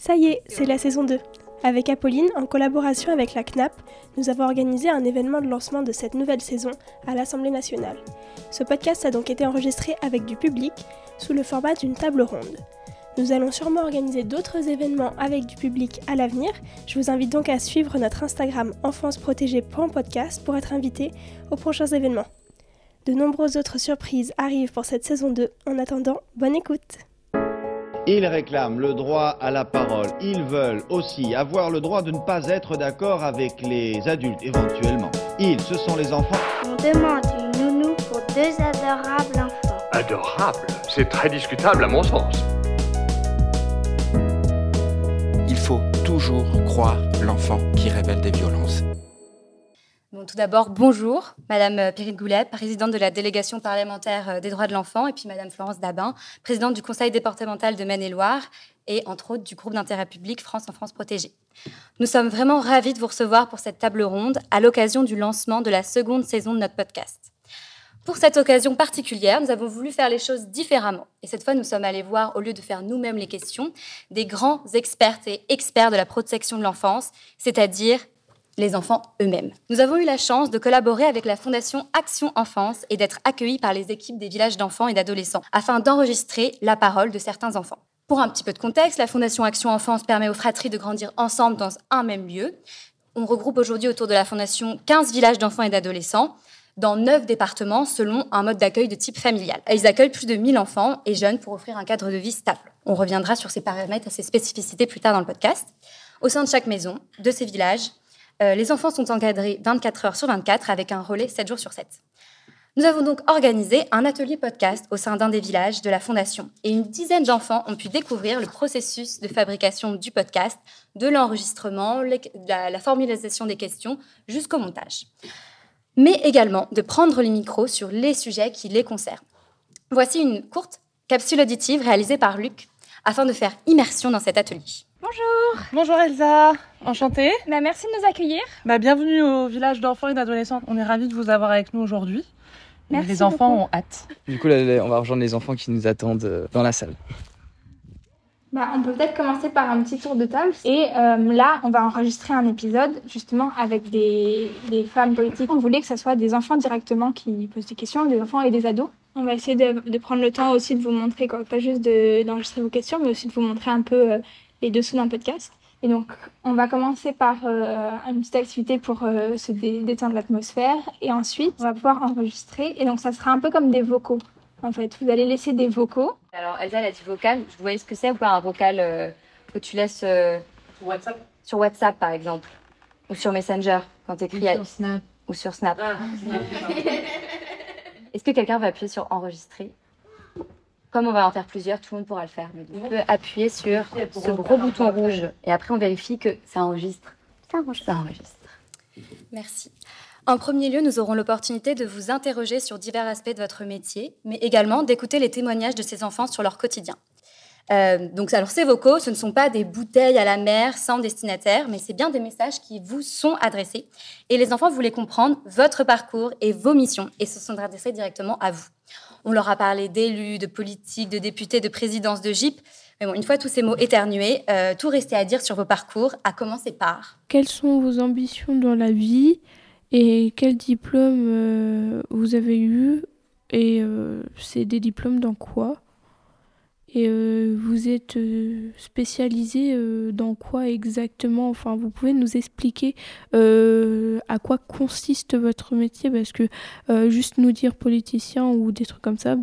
Ça y est, c'est la saison 2. Avec Apolline, en collaboration avec la CNAP, nous avons organisé un événement de lancement de cette nouvelle saison à l'Assemblée nationale. Ce podcast a donc été enregistré avec du public, sous le format d'une table ronde. Nous allons sûrement organiser d'autres événements avec du public à l'avenir. Je vous invite donc à suivre notre Instagram enfanceprotégée.podcast pour être invité aux prochains événements. De nombreuses autres surprises arrivent pour cette saison 2. En attendant, bonne écoute! Ils réclament le droit à la parole. Ils veulent aussi avoir le droit de ne pas être d'accord avec les adultes, éventuellement. Ils, ce sont les enfants. On demande une nounou pour deux adorables enfants. Adorable? C'est très discutable à mon sens. Il faut toujours croire l'enfant qui révèle des violences. Bon, tout d'abord, bonjour, Madame Perrine Goulet, présidente de la délégation parlementaire des droits de l'enfant, et puis Madame Florence Dabin, présidente du conseil départemental de Maine-et-Loire, et entre autres du groupe d'intérêt public France Enfance Protégée. Nous sommes vraiment ravis de vous recevoir pour cette table ronde à l'occasion du lancement de la seconde saison de notre podcast. Pour cette occasion particulière, nous avons voulu faire les choses différemment. Et cette fois, nous sommes allés voir, au lieu de faire nous-mêmes les questions, des grands expertes et experts de la protection de l'enfance, c'est-à-dire les enfants eux-mêmes. Nous avons eu la chance de collaborer avec la Fondation Action Enfance et d'être accueillis par les équipes des villages d'enfants et d'adolescents afin d'enregistrer la parole de certains enfants. Pour un petit peu de contexte, la Fondation Action Enfance permet aux fratries de grandir ensemble dans un même lieu. On regroupe aujourd'hui autour de la Fondation 15 villages d'enfants et d'adolescents dans 9 départements selon un mode d'accueil de type familial. Ils accueillent plus de 1000 enfants et jeunes pour offrir un cadre de vie stable. On reviendra sur ces paramètres et ces spécificités plus tard dans le podcast. Au sein de chaque maison, de ces villages, les enfants sont encadrés 24 heures sur 24 avec un relais 7 jours sur 7. Nous avons donc organisé un atelier podcast au sein d'un des villages de la Fondation et une dizaine d'enfants ont pu découvrir le processus de fabrication du podcast, de l'enregistrement, la formulation des questions jusqu'au montage. Mais également de prendre les micros sur les sujets qui les concernent. Voici une courte capsule auditive réalisée par Luc afin de faire immersion dans cet atelier. Bonjour. Bonjour Elsa, enchantée. Merci de nous accueillir. Bienvenue au village d'enfants et d'adolescents. On est ravis de vous avoir avec nous aujourd'hui. Merci les enfants beaucoup. ont hâte. Du coup, là, on va rejoindre les enfants qui nous attendent dans la salle. On peut peut-être commencer par un petit tour de table. Et là, on va enregistrer un épisode justement avec des femmes politiques. On voulait que ce soit des enfants directement qui posent des questions, des enfants et des ados. On va essayer de prendre le temps aussi de vous montrer, pas juste d'enregistrer vos questions, mais aussi de vous montrer un peu les dessous d'un podcast. Et donc, on va commencer par une petite activité pour se détendre l'atmosphère. Et ensuite, on va pouvoir enregistrer. Et donc, ça sera un peu comme des vocaux. En fait, vous allez laisser des vocaux. Alors, Elsa, elle a dit vocal. Vous voyez ce que c'est ou pas un vocal que tu laisses sur WhatsApp, par exemple, ou sur Messenger, quand tu écris Sur Snap. ou sur Snap. Est-ce que quelqu'un va appuyer sur enregistrer? Comme on va en faire plusieurs, tout le monde pourra le faire. Mais on peut appuyer sur ce gros bouton rouge et après on vérifie que ça enregistre. Ça enregistre. Merci. En premier lieu, nous aurons l'opportunité de vous interroger sur divers aspects de votre métier, mais également d'écouter les témoignages de ces enfants sur leur quotidien. Alors ces vocaux, ce ne sont pas des bouteilles à la mer sans destinataire, mais c'est bien des messages qui vous sont adressés. Et les enfants voulaient comprendre votre parcours et vos missions, et se sont adressés directement à vous. On leur a parlé d'élus, de politiques, de députés, de présidences, de GIP. Mais bon, une fois tous ces mots éternués, tout restait à dire sur vos parcours, à commencer par... Quelles sont vos ambitions dans la vie et quel diplôme vous avez eu et c'est des diplômes dans quoi? Et vous êtes spécialisé dans quoi exactement? Enfin, vous pouvez nous expliquer à quoi consiste votre métier? Parce que juste nous dire politicien ou des trucs comme ça,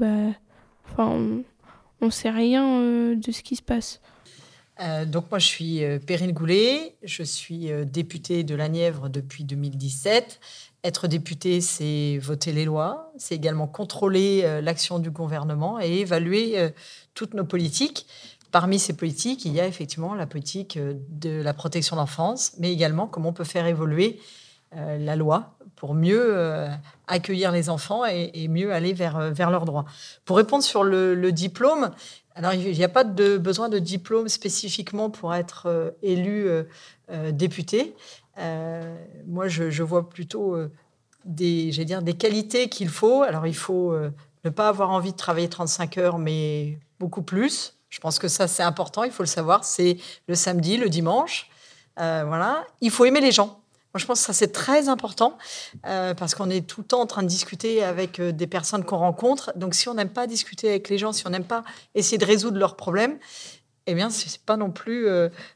on sait rien de ce qui se passe. Donc moi, je suis Perrine Goulet, je suis députée de la Nièvre depuis 2017. Être députée, c'est voter les lois, c'est également contrôler l'action du gouvernement et évaluer toutes nos politiques. Parmi ces politiques, il y a effectivement la politique de la protection de l'enfance, mais également comment on peut faire évoluer la loi pour mieux accueillir les enfants et mieux aller vers leurs droits. Pour répondre sur le diplôme, alors il n'y a pas besoin de diplôme spécifiquement pour être élu député. Moi, je vois plutôt des qualités qu'il faut. Alors, il faut ne pas avoir envie de travailler 35 heures, mais beaucoup plus. Je pense que ça, c'est important, il faut le savoir. C'est le samedi, le dimanche. Voilà. Il faut aimer les gens. Moi, je pense que ça, c'est très important parce qu'on est tout le temps en train de discuter avec des personnes qu'on rencontre. Donc, si on n'aime pas discuter avec les gens, si on n'aime pas essayer de résoudre leurs problèmes, eh bien, ce n'est pas non plus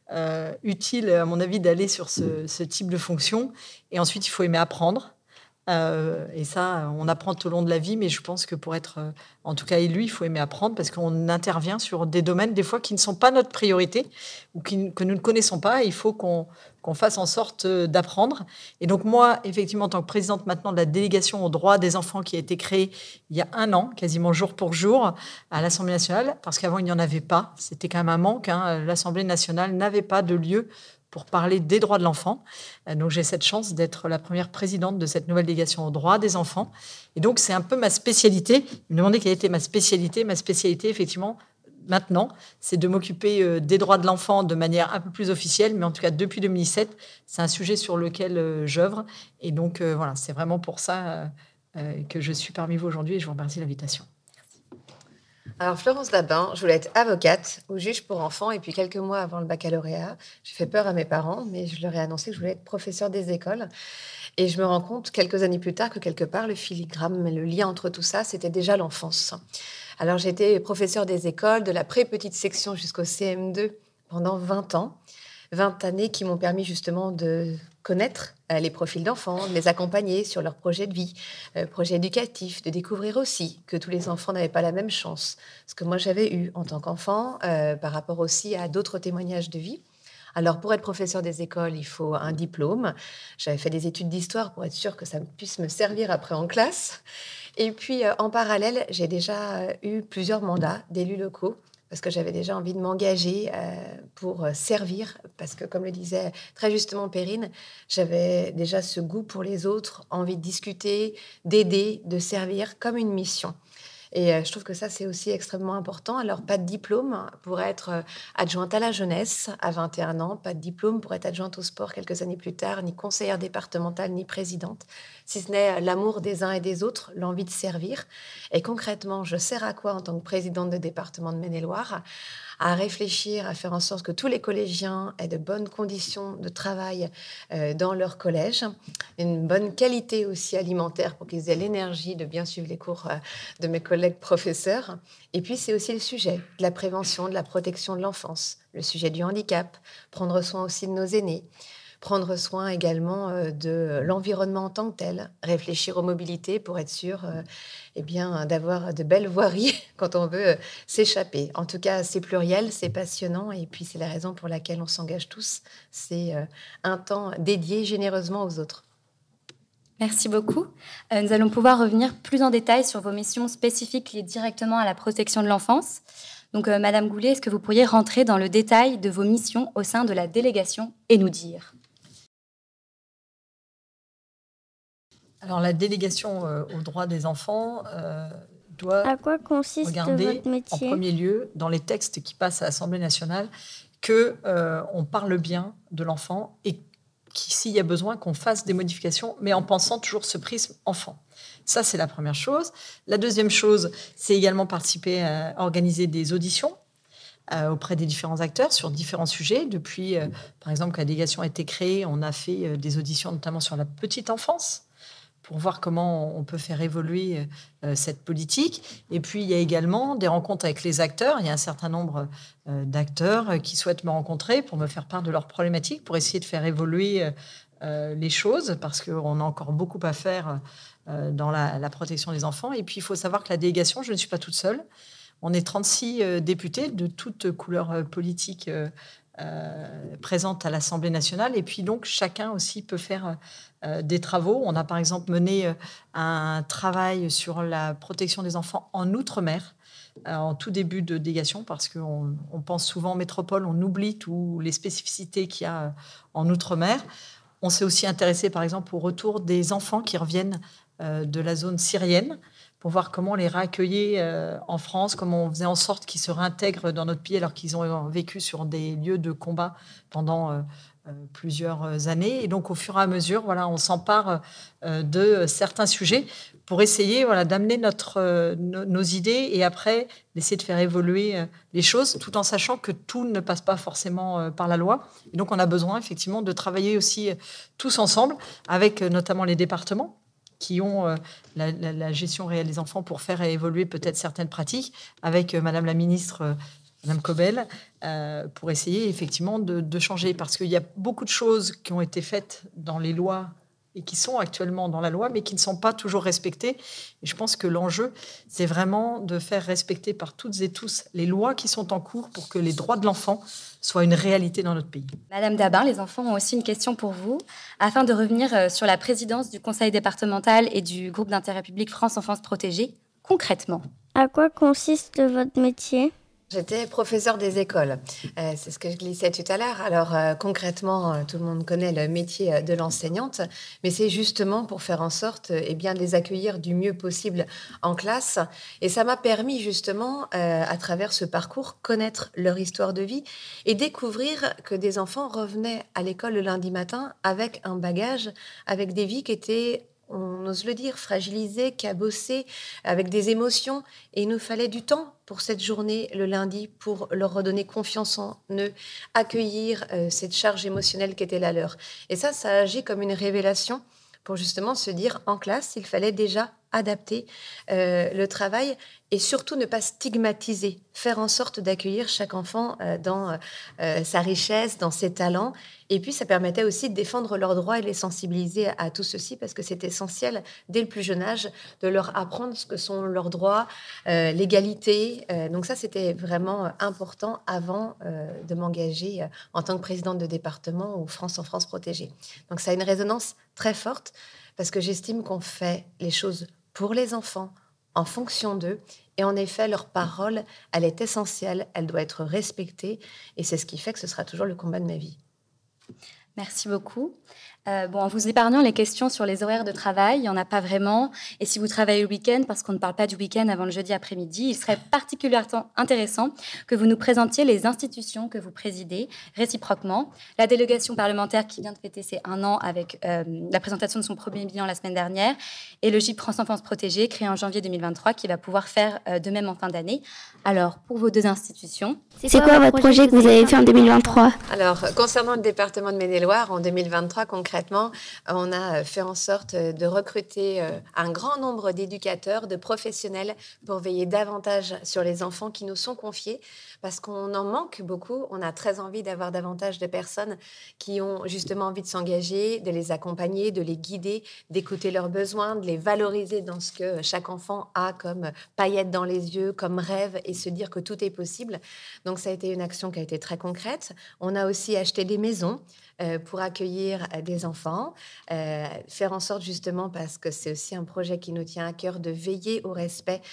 utile, à mon avis, d'aller sur ce type de fonction. Et ensuite, il faut aimer apprendre. Et ça, on apprend tout au long de la vie, mais je pense que pour être, en tout cas, élu, il faut aimer apprendre parce qu'on intervient sur des domaines, des fois, qui ne sont pas notre priorité ou que nous ne connaissons pas. Il faut qu'on fasse en sorte d'apprendre. Et donc, moi, effectivement, en tant que présidente maintenant de la délégation aux droits des enfants qui a été créée il y a 1 an, quasiment jour pour jour, à l'Assemblée nationale, parce qu'avant, il n'y en avait pas. C'était quand même un manque. L'Assemblée nationale n'avait pas de lieu pour parler des droits de l'enfant. Donc, j'ai cette chance d'être la première présidente de cette nouvelle délégation aux droits des enfants. Et donc, c'est un peu ma spécialité. Vous me demandez quelle était ma spécialité. Ma spécialité, effectivement, maintenant, c'est de m'occuper des droits de l'enfant de manière un peu plus officielle. Mais en tout cas, depuis 2017, c'est un sujet sur lequel j'œuvre. Et donc, voilà, c'est vraiment pour ça que je suis parmi vous aujourd'hui. Et je vous remercie de l'invitation. Alors, Florence Dabin, je voulais être avocate ou juge pour enfants. Et puis, quelques mois avant le baccalauréat, j'ai fait peur à mes parents, mais je leur ai annoncé que je voulais être professeure des écoles. Et je me rends compte, quelques années plus tard, que quelque part, le filigrane, le lien entre tout ça, c'était déjà l'enfance. Alors, j'ai été professeure des écoles, de la pré-petite section jusqu'au CM2 pendant 20 ans. 20 années qui m'ont permis justement de connaître les profils d'enfants, de les accompagner sur leurs projets de vie, projets éducatifs, de découvrir aussi que tous les enfants n'avaient pas la même chance. Ce que moi j'avais eu en tant qu'enfant par rapport aussi à d'autres témoignages de vie. Alors, pour être professeur des écoles, il faut un diplôme. J'avais fait des études d'histoire pour être sûre que ça puisse me servir après en classe. Et puis, en parallèle, j'ai déjà eu plusieurs mandats d'élus locaux parce que j'avais déjà envie de m'engager pour servir, parce que, comme le disait très justement Perrine, j'avais déjà ce goût pour les autres, envie de discuter, d'aider, de servir comme une mission. Et je trouve que ça, c'est aussi extrêmement important. Alors, pas de diplôme pour être adjointe à la jeunesse à 21 ans, pas de diplôme pour être adjointe au sport quelques années plus tard, ni conseillère départementale, ni présidente, si ce n'est l'amour des uns et des autres, l'envie de servir. Et concrètement, je sers à quoi en tant que présidente de département de Maine-et-Loire ? À réfléchir, à faire en sorte que tous les collégiens aient de bonnes conditions de travail dans leur collège, une bonne qualité aussi alimentaire pour qu'ils aient l'énergie de bien suivre les cours de mes collègues professeurs. Et puis, c'est aussi le sujet de la prévention, de la protection de l'enfance, le sujet du handicap, prendre soin aussi de nos aînés, prendre soin également de l'environnement en tant que tel, réfléchir aux mobilités pour être sûr d'avoir de belles voiries quand on veut s'échapper. En tout cas, c'est pluriel, c'est passionnant et puis c'est la raison pour laquelle on s'engage tous. C'est un temps dédié généreusement aux autres. Merci beaucoup. Nous allons pouvoir revenir plus en détail sur vos missions spécifiques liées directement à la protection de l'enfance. Donc, Madame Goulet, est-ce que vous pourriez rentrer dans le détail de vos missions au sein de la délégation et nous dire ? Alors, la délégation aux droits des enfants doit à quoi consiste regarder, votre métier ? En premier lieu, dans les textes qui passent à l'Assemblée nationale, qu'on parle bien de l'enfant et s'il y a besoin, qu'on fasse des modifications, mais en pensant toujours ce prisme enfant. Ça, c'est la première chose. La deuxième chose, c'est également participer à organiser des auditions auprès des différents acteurs sur différents sujets. Depuis, par exemple, que la délégation a été créée, on a fait des auditions notamment sur la petite enfance, pour voir comment on peut faire évoluer cette politique. Et puis, il y a également des rencontres avec les acteurs. Il y a un certain nombre d'acteurs qui souhaitent me rencontrer pour me faire part de leurs problématiques, pour essayer de faire évoluer les choses, parce qu'on a encore beaucoup à faire dans la protection des enfants. Et puis, il faut savoir que la délégation, je ne suis pas toute seule. On est 36 députés de toutes couleurs politiques présentes à l'Assemblée nationale. Et puis, donc, chacun aussi peut faire des travaux. On a par exemple mené un travail sur la protection des enfants en Outre-mer, en tout début de délégation, parce qu'on pense souvent en métropole, on oublie toutes les spécificités qu'il y a en Outre-mer. On s'est aussi intéressé par exemple au retour des enfants qui reviennent de la zone syrienne, pour voir comment on les réaccueillait en France, comment on faisait en sorte qu'ils se réintègrent dans notre pays alors qu'ils ont vécu sur des lieux de combat pendant plusieurs années. Et donc, au fur et à mesure, on s'empare de certains sujets pour essayer d'amener nos idées et après d'essayer de faire évoluer les choses, tout en sachant que tout ne passe pas forcément par la loi. Et donc, on a besoin effectivement de travailler aussi tous ensemble, avec notamment les départements qui ont la gestion réelle des enfants pour faire évoluer peut-être certaines pratiques, avec Madame la ministre Madame Cobel, pour essayer effectivement de changer. Parce qu'il y a beaucoup de choses qui ont été faites dans les lois et qui sont actuellement dans la loi, mais qui ne sont pas toujours respectées. Et je pense que l'enjeu, c'est vraiment de faire respecter par toutes et tous les lois qui sont en cours pour que les droits de l'enfant soient une réalité dans notre pays. Madame Dabin, les enfants ont aussi une question pour vous. Afin de revenir sur la présidence du conseil départemental et du groupe d'intérêt public France Enfance Protégée, concrètement. À quoi consiste votre métier ? J'étais professeure des écoles. C'est ce que je glissais tout à l'heure. Alors, concrètement, tout le monde connaît le métier de l'enseignante, mais c'est justement pour faire en sorte de les accueillir du mieux possible en classe. Et ça m'a permis justement, à travers ce parcours, connaître leur histoire de vie et découvrir que des enfants revenaient à l'école le lundi matin avec un bagage, avec des vies qui étaient, on ose le dire, fragilisées, cabossées, avec des émotions. Et il nous fallait du temps pour cette journée, le lundi, pour leur redonner confiance en eux, accueillir cette charge émotionnelle qui était la leur. Et ça agit comme une révélation pour justement se dire, en classe, il fallait déjà adapter le travail et surtout ne pas stigmatiser, faire en sorte d'accueillir chaque enfant dans sa richesse, dans ses talents. Et puis, ça permettait aussi de défendre leurs droits et de les sensibiliser à tout ceci, parce que c'est essentiel, dès le plus jeune âge, de leur apprendre ce que sont leurs droits, l'égalité. Donc ça, c'était vraiment important avant de m'engager en tant que présidente de département ou France Enfance Protégée. Donc ça a une résonance très forte, parce que j'estime qu'on fait les choses pour les enfants, en fonction d'eux. Et en effet, leur parole, elle est essentielle, elle doit être respectée. Et c'est ce qui fait que ce sera toujours le combat de ma vie. Merci beaucoup. En vous épargnant les questions sur les horaires de travail, il n'y en a pas vraiment. Et si vous travaillez le week-end, parce qu'on ne parle pas du week-end avant le jeudi après-midi, il serait particulièrement intéressant que vous nous présentiez les institutions que vous présidez réciproquement. La délégation parlementaire qui vient de fêter ses 1 an avec la présentation de son premier bilan la semaine dernière, et le GIP France Enfance Protégée, créé en janvier 2023, qui va pouvoir faire de même en fin d'année. Alors, pour vos deux institutions... C'est quoi votre projet que vous avez fait en 2023 ? Alors, concernant le département de Maine-et-Loire, en 2023, concrètement, on a fait en sorte de recruter un grand nombre d'éducateurs, de professionnels pour veiller davantage sur les enfants qui nous sont confiés, parce qu'on en manque beaucoup. On a très envie d'avoir davantage de personnes qui ont justement envie de s'engager, de les accompagner, de les guider, d'écouter leurs besoins, de les valoriser dans ce que chaque enfant a comme paillettes dans les yeux, comme rêve, et se dire que tout est possible. Donc ça a été une action qui a été très concrète. On a aussi acheté des maisons pour accueillir des enfants, faire en sorte justement, parce que c'est aussi un projet qui nous tient à cœur, de veiller au respect,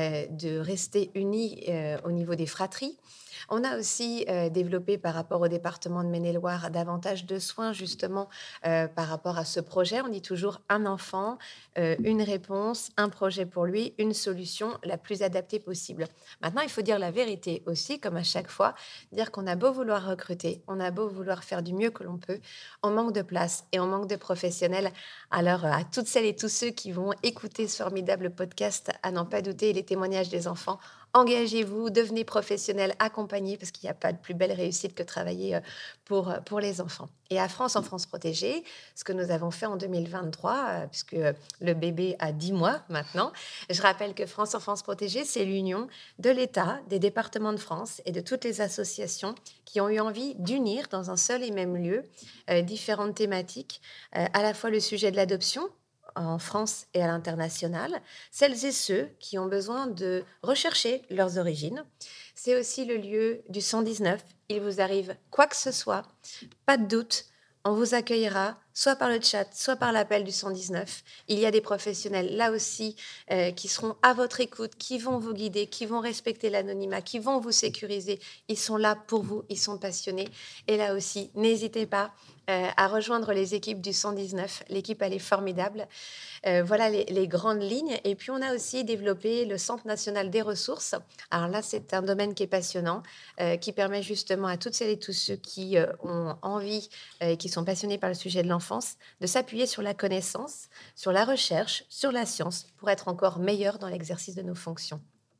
de rester unis au niveau des fratries. On a aussi développé par rapport au département de Maine-et-Loire davantage de soins justement par rapport à ce projet. On dit toujours un enfant, une réponse, un projet pour lui, une solution la plus adaptée possible. Maintenant, il faut dire la vérité aussi, comme à chaque fois, dire qu'on a beau vouloir recruter, on a beau vouloir faire du mieux que l'on peut, on manque de place et on manque de professionnels. Alors, à toutes celles et tous ceux qui vont écouter ce formidable podcast, à n'en pas douter, les témoignages des enfants, engagez-vous, devenez professionnels, accompagnés, parce qu'il n'y a pas de plus belle réussite que travailler pour les enfants. Et à France Enfance Protégée, ce que nous avons fait en 2023, puisque le bébé a 10 mois maintenant, je rappelle que France Enfance Protégée, c'est l'union de l'État, des départements de France et de toutes les associations qui ont eu envie d'unir dans un seul et même lieu différentes thématiques, à la fois le sujet de l'adoption, en France et à l'international, celles et ceux qui ont besoin de rechercher leurs origines. C'est aussi le lieu du 119. Il vous arrive quoi que ce soit, pas de doute, on vous accueillera soit par le chat, soit par l'appel du 119. Il y a des professionnels, là aussi, qui seront à votre écoute, qui vont vous guider, qui vont respecter l'anonymat, qui vont vous sécuriser. Ils sont là pour vous, ils sont passionnés. Et là aussi, n'hésitez pas à rejoindre les équipes du 119. L'équipe, elle est formidable. Voilà les grandes lignes. Et puis, on a aussi développé le Centre national des ressources. Alors là, c'est un domaine qui est passionnant, qui permet justement à toutes celles et tous ceux qui ont envie et qui sont passionnés par le sujet de l'enfance de s'appuyer sur la connaissance, sur la recherche, sur la science pour être encore meilleurs dans l'exercice de nos fonctions.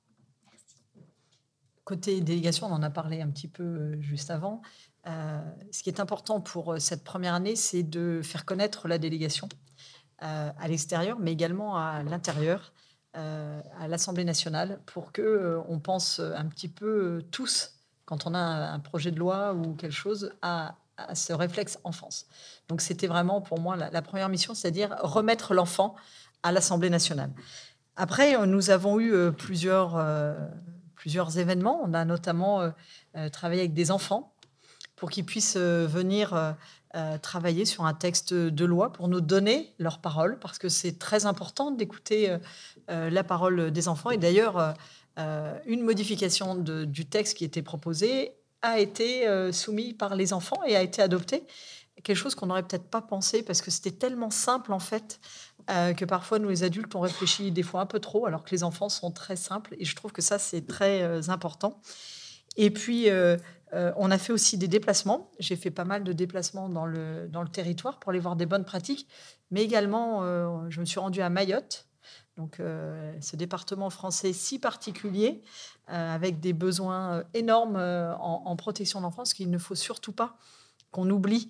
Côté délégation, on en a parlé un petit peu juste avant. Ce qui est important pour cette première année, c'est de faire connaître la délégation à l'extérieur, mais également à l'intérieur, à l'Assemblée nationale, pour qu'on pense un petit peu tous, quand on a un projet de loi ou quelque chose, à ce réflexe enfance. Donc c'était vraiment pour moi la première mission, c'est-à-dire remettre l'enfant à l'Assemblée nationale. Après, nous avons eu plusieurs événements. On a notamment travaillé avec des enfants pour qu'ils puissent venir travailler sur un texte de loi pour nous donner leur parole, parce que c'est très important d'écouter la parole des enfants. Et d'ailleurs, une modification du texte qui était proposé a été soumise par les enfants et a été adoptée. Quelque chose qu'on n'aurait peut-être pas pensé, parce que c'était tellement simple, en fait, que parfois, nous, les adultes, on réfléchit des fois un peu trop, alors que les enfants sont très simples. Et je trouve que ça, c'est très important. Et puis, on a fait aussi des déplacements. J'ai fait pas mal de déplacements dans le territoire pour aller voir des bonnes pratiques. Mais également, je me suis rendue à Mayotte, donc ce département français si particulier, avec des besoins énormes en protection de l'enfance, qu'il ne faut surtout pas qu'on oublie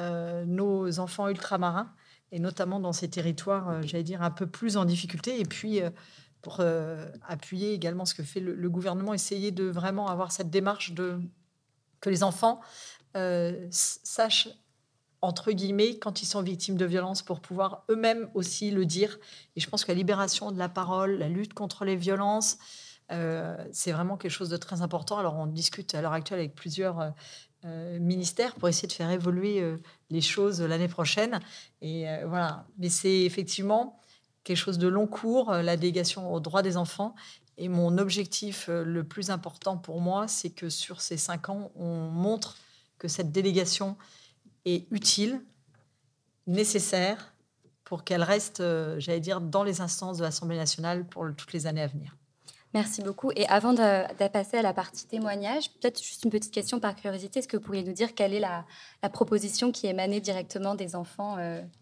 nos enfants ultramarins, et notamment dans ces territoires, j'allais dire, un peu plus en difficulté. Et puis, pour appuyer également ce que fait le gouvernement, essayer de vraiment avoir cette démarche que les enfants sachent, entre guillemets, quand ils sont victimes de violences, pour pouvoir eux-mêmes aussi le dire. Et je pense que la libération de la parole, la lutte contre les violences, c'est vraiment quelque chose de très important. Alors, on discute à l'heure actuelle avec plusieurs ministères pour essayer de faire évoluer les choses l'année prochaine. Et voilà. Mais c'est effectivement quelque chose de long cours, la délégation aux droits des enfants. Et mon objectif le plus important pour moi, c'est que sur ces 5 ans, on montre que cette délégation est utile, nécessaire, pour qu'elle reste, j'allais dire, dans les instances de l'Assemblée nationale pour toutes les années à venir. Merci beaucoup. Et avant de passer à la partie témoignage, peut-être juste une petite question par curiosité. Est-ce que vous pourriez nous dire quelle est la proposition qui émanait directement des enfants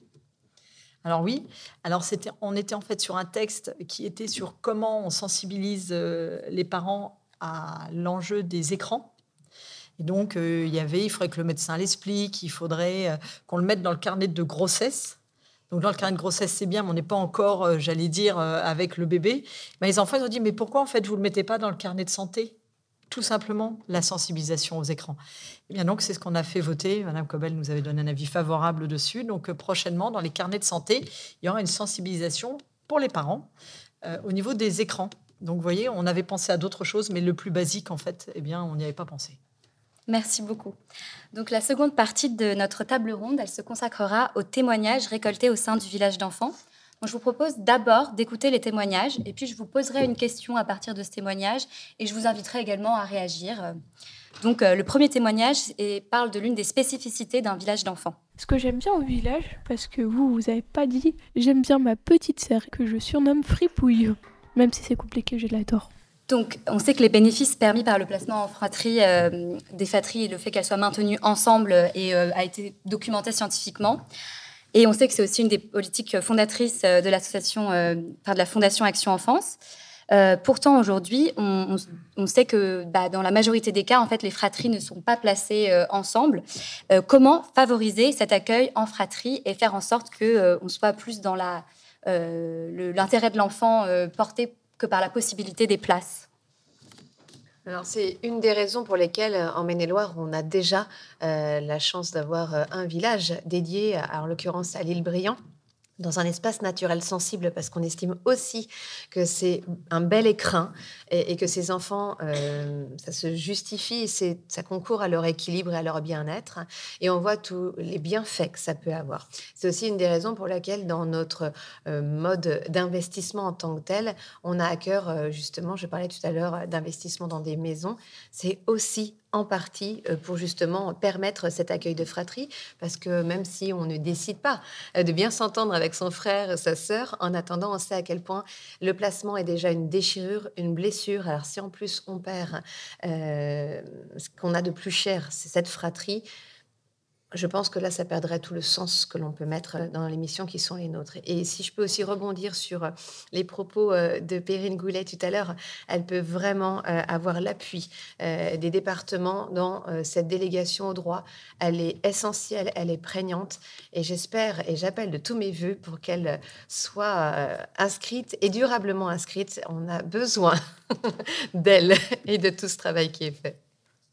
Alors oui, on était en fait sur un texte qui était sur comment on sensibilise les parents à l'enjeu des écrans. Et donc, il faudrait que le médecin l'explique, il faudrait qu'on le mette dans le carnet de grossesse. Donc, dans le carnet de grossesse, c'est bien, mais on n'est pas encore, j'allais dire, avec le bébé. Mais les enfants, ils ont dit, mais pourquoi, en fait, vous ne le mettez pas dans le carnet de santé ? Tout simplement, la sensibilisation aux écrans. Et bien donc, c'est ce qu'on a fait voter. Madame Cobel nous avait donné un avis favorable dessus. Donc, prochainement, dans les carnets de santé, il y aura une sensibilisation pour les parents au niveau des écrans. Donc, vous voyez, on avait pensé à d'autres choses, mais le plus basique, en fait, eh bien, on n'y avait pas pensé. Merci beaucoup. Donc, la seconde partie de notre table ronde, elle se consacrera aux témoignages récoltés au sein du village d'enfants. Donc, je vous propose d'abord d'écouter les témoignages et puis je vous poserai une question à partir de ce témoignage et je vous inviterai également à réagir. Donc, le premier témoignage parle de l'une des spécificités d'un village d'enfants. Ce que j'aime bien au village, parce que vous n'avez pas dit, j'aime bien ma petite sœur que je surnomme Fripouille. Même si c'est compliqué, je l'adore. Donc, on sait que les bénéfices permis par le placement en fratrie des fratries et le fait qu'elles soient maintenues ensemble a été documenté scientifiquement. Et on sait que c'est aussi une des politiques fondatrices de l'association, de la Fondation Action Enfance. Pourtant, aujourd'hui, on sait que dans la majorité des cas, en fait, les fratries ne sont pas placées ensemble. Comment favoriser cet accueil en fratrie et faire en sorte qu'on soit plus dans l'intérêt de l'enfant porté que par la possibilité des places? Alors, c'est une des raisons pour lesquelles, en Maine-et-Loire, on a déjà la chance d'avoir un village dédié, en l'occurrence à l'île Briand. dans un espace naturel sensible, parce qu'on estime aussi que c'est un bel écrin et que ces enfants, ça se justifie, ça concourt à leur équilibre et à leur bien-être. Et on voit tous les bienfaits que ça peut avoir. C'est aussi une des raisons pour laquelle, dans notre mode d'investissement en tant que tel, on a à cœur, justement, je parlais tout à l'heure d'investissement dans des maisons, c'est aussi en partie pour justement permettre cet accueil de fratrie, parce que même si on ne décide pas de bien s'entendre avec son frère, sa sœur, en attendant, on sait à quel point le placement est déjà une déchirure, une blessure. Alors si en plus on perd ce qu'on a de plus cher, c'est cette fratrie, je pense que là, ça perdrait tout le sens que l'on peut mettre dans les missions qui sont les nôtres. Et si je peux aussi rebondir sur les propos de Perrine Goulet tout à l'heure, elle peut vraiment avoir l'appui des départements dans cette délégation au droit. Elle est essentielle, elle est prégnante. Et j'espère et j'appelle de tous mes voeux pour qu'elle soit inscrite et durablement inscrite. On a besoin d'elle et de tout ce travail qui est fait.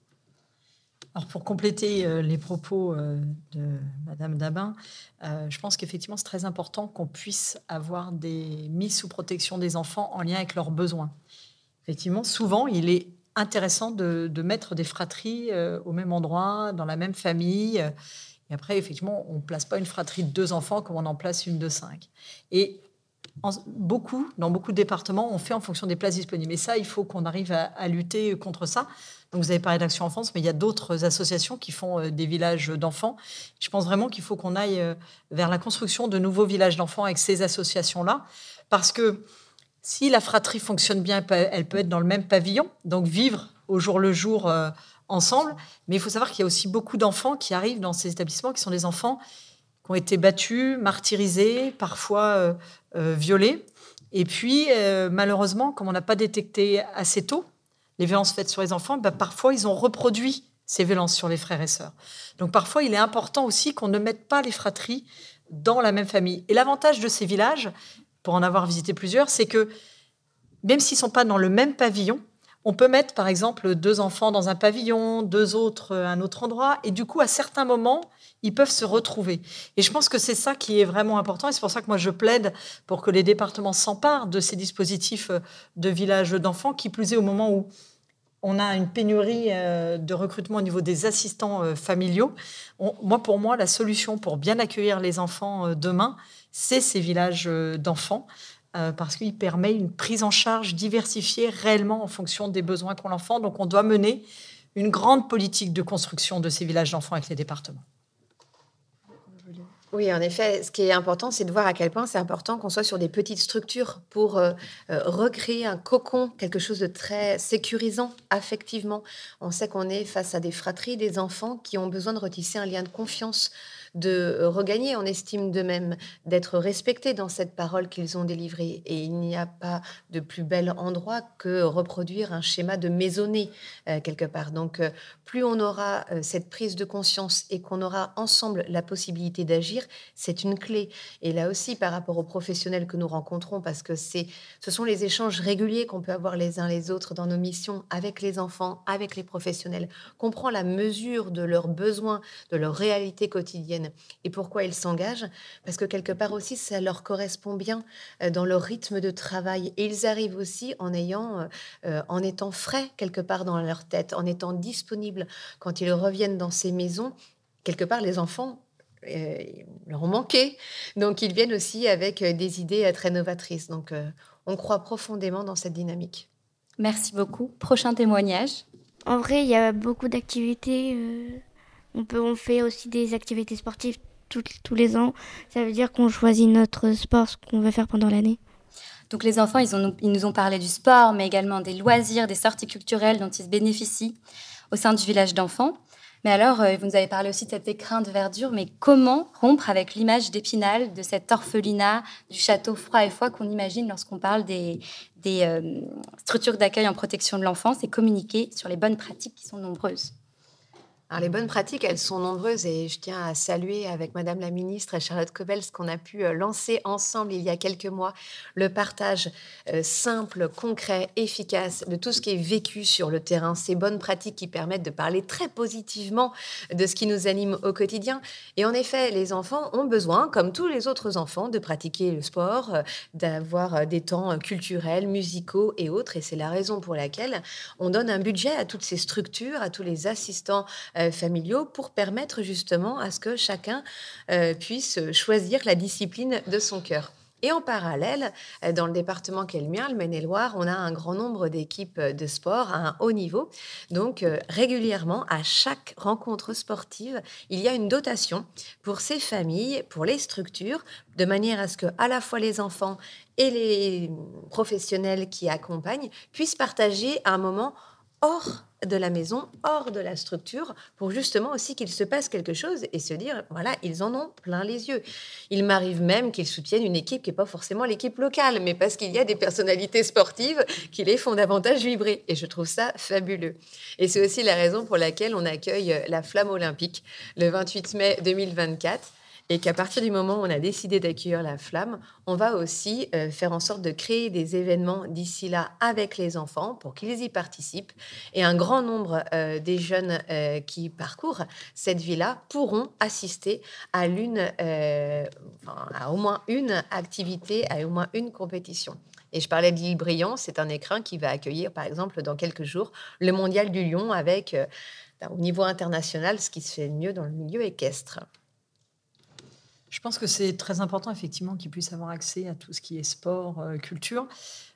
Alors pour compléter les propos de Madame Dabin, je pense qu'effectivement, c'est très important qu'on puisse avoir des mises sous protection des enfants en lien avec leurs besoins. Effectivement, souvent, il est intéressant de mettre des fratries au même endroit, dans la même famille. Et après, effectivement, on ne place pas une fratrie de 2 enfants comme on en place une de 5. Et dans beaucoup de départements, on fait en fonction des places disponibles. Et ça, il faut qu'on arrive à lutter contre ça. Donc, vous avez parlé d'Action Enfance, mais il y a d'autres associations qui font des villages d'enfants. Je pense vraiment qu'il faut qu'on aille vers la construction de nouveaux villages d'enfants avec ces associations-là. Parce que si la fratrie fonctionne bien, elle peut être dans le même pavillon, donc vivre au jour le jour ensemble. Mais il faut savoir qu'il y a aussi beaucoup d'enfants qui arrivent dans ces établissements, qui sont des enfants qui ont été battus, martyrisés, parfois violés. Et puis, malheureusement, comme on n'a pas détecté assez tôt les violences faites sur les enfants, parfois, ils ont reproduit ces violences sur les frères et sœurs. Donc, parfois, il est important aussi qu'on ne mette pas les fratries dans la même famille. Et l'avantage de ces villages, pour en avoir visité plusieurs, c'est que même s'ils ne sont pas dans le même pavillon, on peut mettre, par exemple, 2 enfants dans un pavillon, 2 autres à un autre endroit. Et du coup, à certains moments, ils peuvent se retrouver. Et je pense que c'est ça qui est vraiment important. Et c'est pour ça que moi, je plaide pour que les départements s'emparent de ces dispositifs de villages d'enfants, qui plus est au moment où on a une pénurie de recrutement au niveau des assistants familiaux. Pour moi, la solution pour bien accueillir les enfants demain, c'est ces villages d'enfants, parce qu'il permet une prise en charge diversifiée réellement en fonction des besoins qu'ont l'enfant. Donc, on doit mener une grande politique de construction de ces villages d'enfants avec les départements. Oui, en effet, ce qui est important, c'est de voir à quel point c'est important qu'on soit sur des petites structures pour recréer un cocon, quelque chose de très sécurisant affectivement. On sait qu'on est face à des fratries, des enfants qui ont besoin de retisser un lien de confiance, de regagner en estime d'eux-mêmes, d'être respectés dans cette parole qu'ils ont délivrée. Et il n'y a pas de plus bel endroit que reproduire un schéma de maisonnée quelque part. Donc, plus on aura cette prise de conscience et qu'on aura ensemble la possibilité d'agir, c'est une clé. Et là aussi, par rapport aux professionnels que nous rencontrons, parce que ce sont les échanges réguliers qu'on peut avoir les uns les autres dans nos missions avec les enfants, avec les professionnels, qu'on prend la mesure de leurs besoins, de leur réalité quotidienne. Et pourquoi ils s'engagent? Parce que quelque part aussi, ça leur correspond bien dans leur rythme de travail. Et ils arrivent aussi en étant frais quelque part dans leur tête, en étant disponibles quand ils reviennent dans ces maisons. Quelque part, les enfants leur ont manqué. Donc, ils viennent aussi avec des idées très novatrices. Donc, on croit profondément dans cette dynamique. Merci beaucoup. Prochain témoignage. En vrai, il y a beaucoup d'activités. On fait aussi des activités sportives tous les ans. Ça veut dire qu'on choisit notre sport, ce qu'on va faire pendant l'année. Donc les enfants, ils nous ont parlé du sport, mais également des loisirs, des sorties culturelles dont ils bénéficient au sein du village d'enfants. Mais alors, vous nous avez parlé aussi de cet écrin de verdure, mais comment rompre avec l'image d'Épinal, de cet orphelinat, du château froid et froid qu'on imagine lorsqu'on parle des structures d'accueil en protection de l'enfance et communiquer sur les bonnes pratiques qui sont nombreuses? Alors, les bonnes pratiques, elles sont nombreuses et je tiens à saluer avec Madame la ministre Charlotte Cobel ce qu'on a pu lancer ensemble il y a quelques mois, le partage simple, concret, efficace de tout ce qui est vécu sur le terrain, ces bonnes pratiques qui permettent de parler très positivement de ce qui nous anime au quotidien. Et en effet, les enfants ont besoin, comme tous les autres enfants, de pratiquer le sport, d'avoir des temps culturels, musicaux et autres. Et c'est la raison pour laquelle on donne un budget à toutes ces structures, à tous les assistants familiaux pour permettre justement à ce que chacun puisse choisir la discipline de son cœur. Et en parallèle, dans le département qu'est le mien, le Maine-et-Loire, on a un grand nombre d'équipes de sport à un haut niveau. Donc, régulièrement, à chaque rencontre sportive, il y a une dotation pour ces familles, pour les structures, de manière à ce que à la fois les enfants et les professionnels qui accompagnent puissent partager un moment hors de la maison, hors de la structure, pour justement aussi qu'il se passe quelque chose et se dire, voilà, ils en ont plein les yeux. Il m'arrive même qu'ils soutiennent une équipe qui n'est pas forcément l'équipe locale, mais parce qu'il y a des personnalités sportives qui les font davantage vibrer. Et je trouve ça fabuleux. Et c'est aussi la raison pour laquelle on accueille la Flamme olympique le 28 mai 2024. Et qu'à partir du moment où on a décidé d'accueillir la Flamme, on va aussi faire en sorte de créer des événements d'ici là avec les enfants pour qu'ils y participent. Et un grand nombre des jeunes qui parcourent cette vie-là pourront assister à au moins une activité, à au moins une compétition. Et je parlais de l'île Briand, c'est un écrin qui va accueillir, par exemple, dans quelques jours, le Mondial du Lion avec, au niveau international, ce qui se fait de mieux dans le milieu équestre. Je pense que c'est très important, effectivement, qu'ils puissent avoir accès à tout ce qui est sport, culture.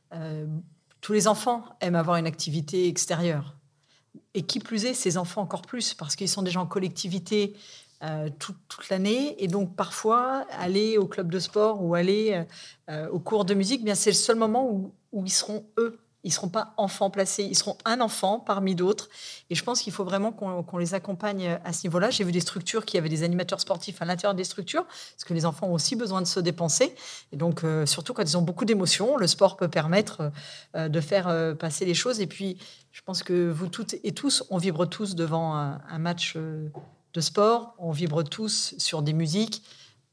Tous les enfants aiment avoir une activité extérieure. Et qui plus est, ces enfants encore plus, parce qu'ils sont déjà en collectivité toute l'année. Et donc, parfois, aller au club de sport ou aller au cours de musique, bien, c'est le seul moment où ils seront eux. Ils ne seront pas enfants placés, ils seront un enfant parmi d'autres. Et je pense qu'il faut vraiment qu'on les accompagne à ce niveau-là. J'ai vu des structures qui avaient des animateurs sportifs à l'intérieur des structures, parce que les enfants ont aussi besoin de se dépenser. Et donc, surtout quand ils ont beaucoup d'émotions, le sport peut permettre de faire passer les choses. Et puis, je pense que vous toutes et tous, on vibre tous devant un match de sport, on vibre tous sur des musiques.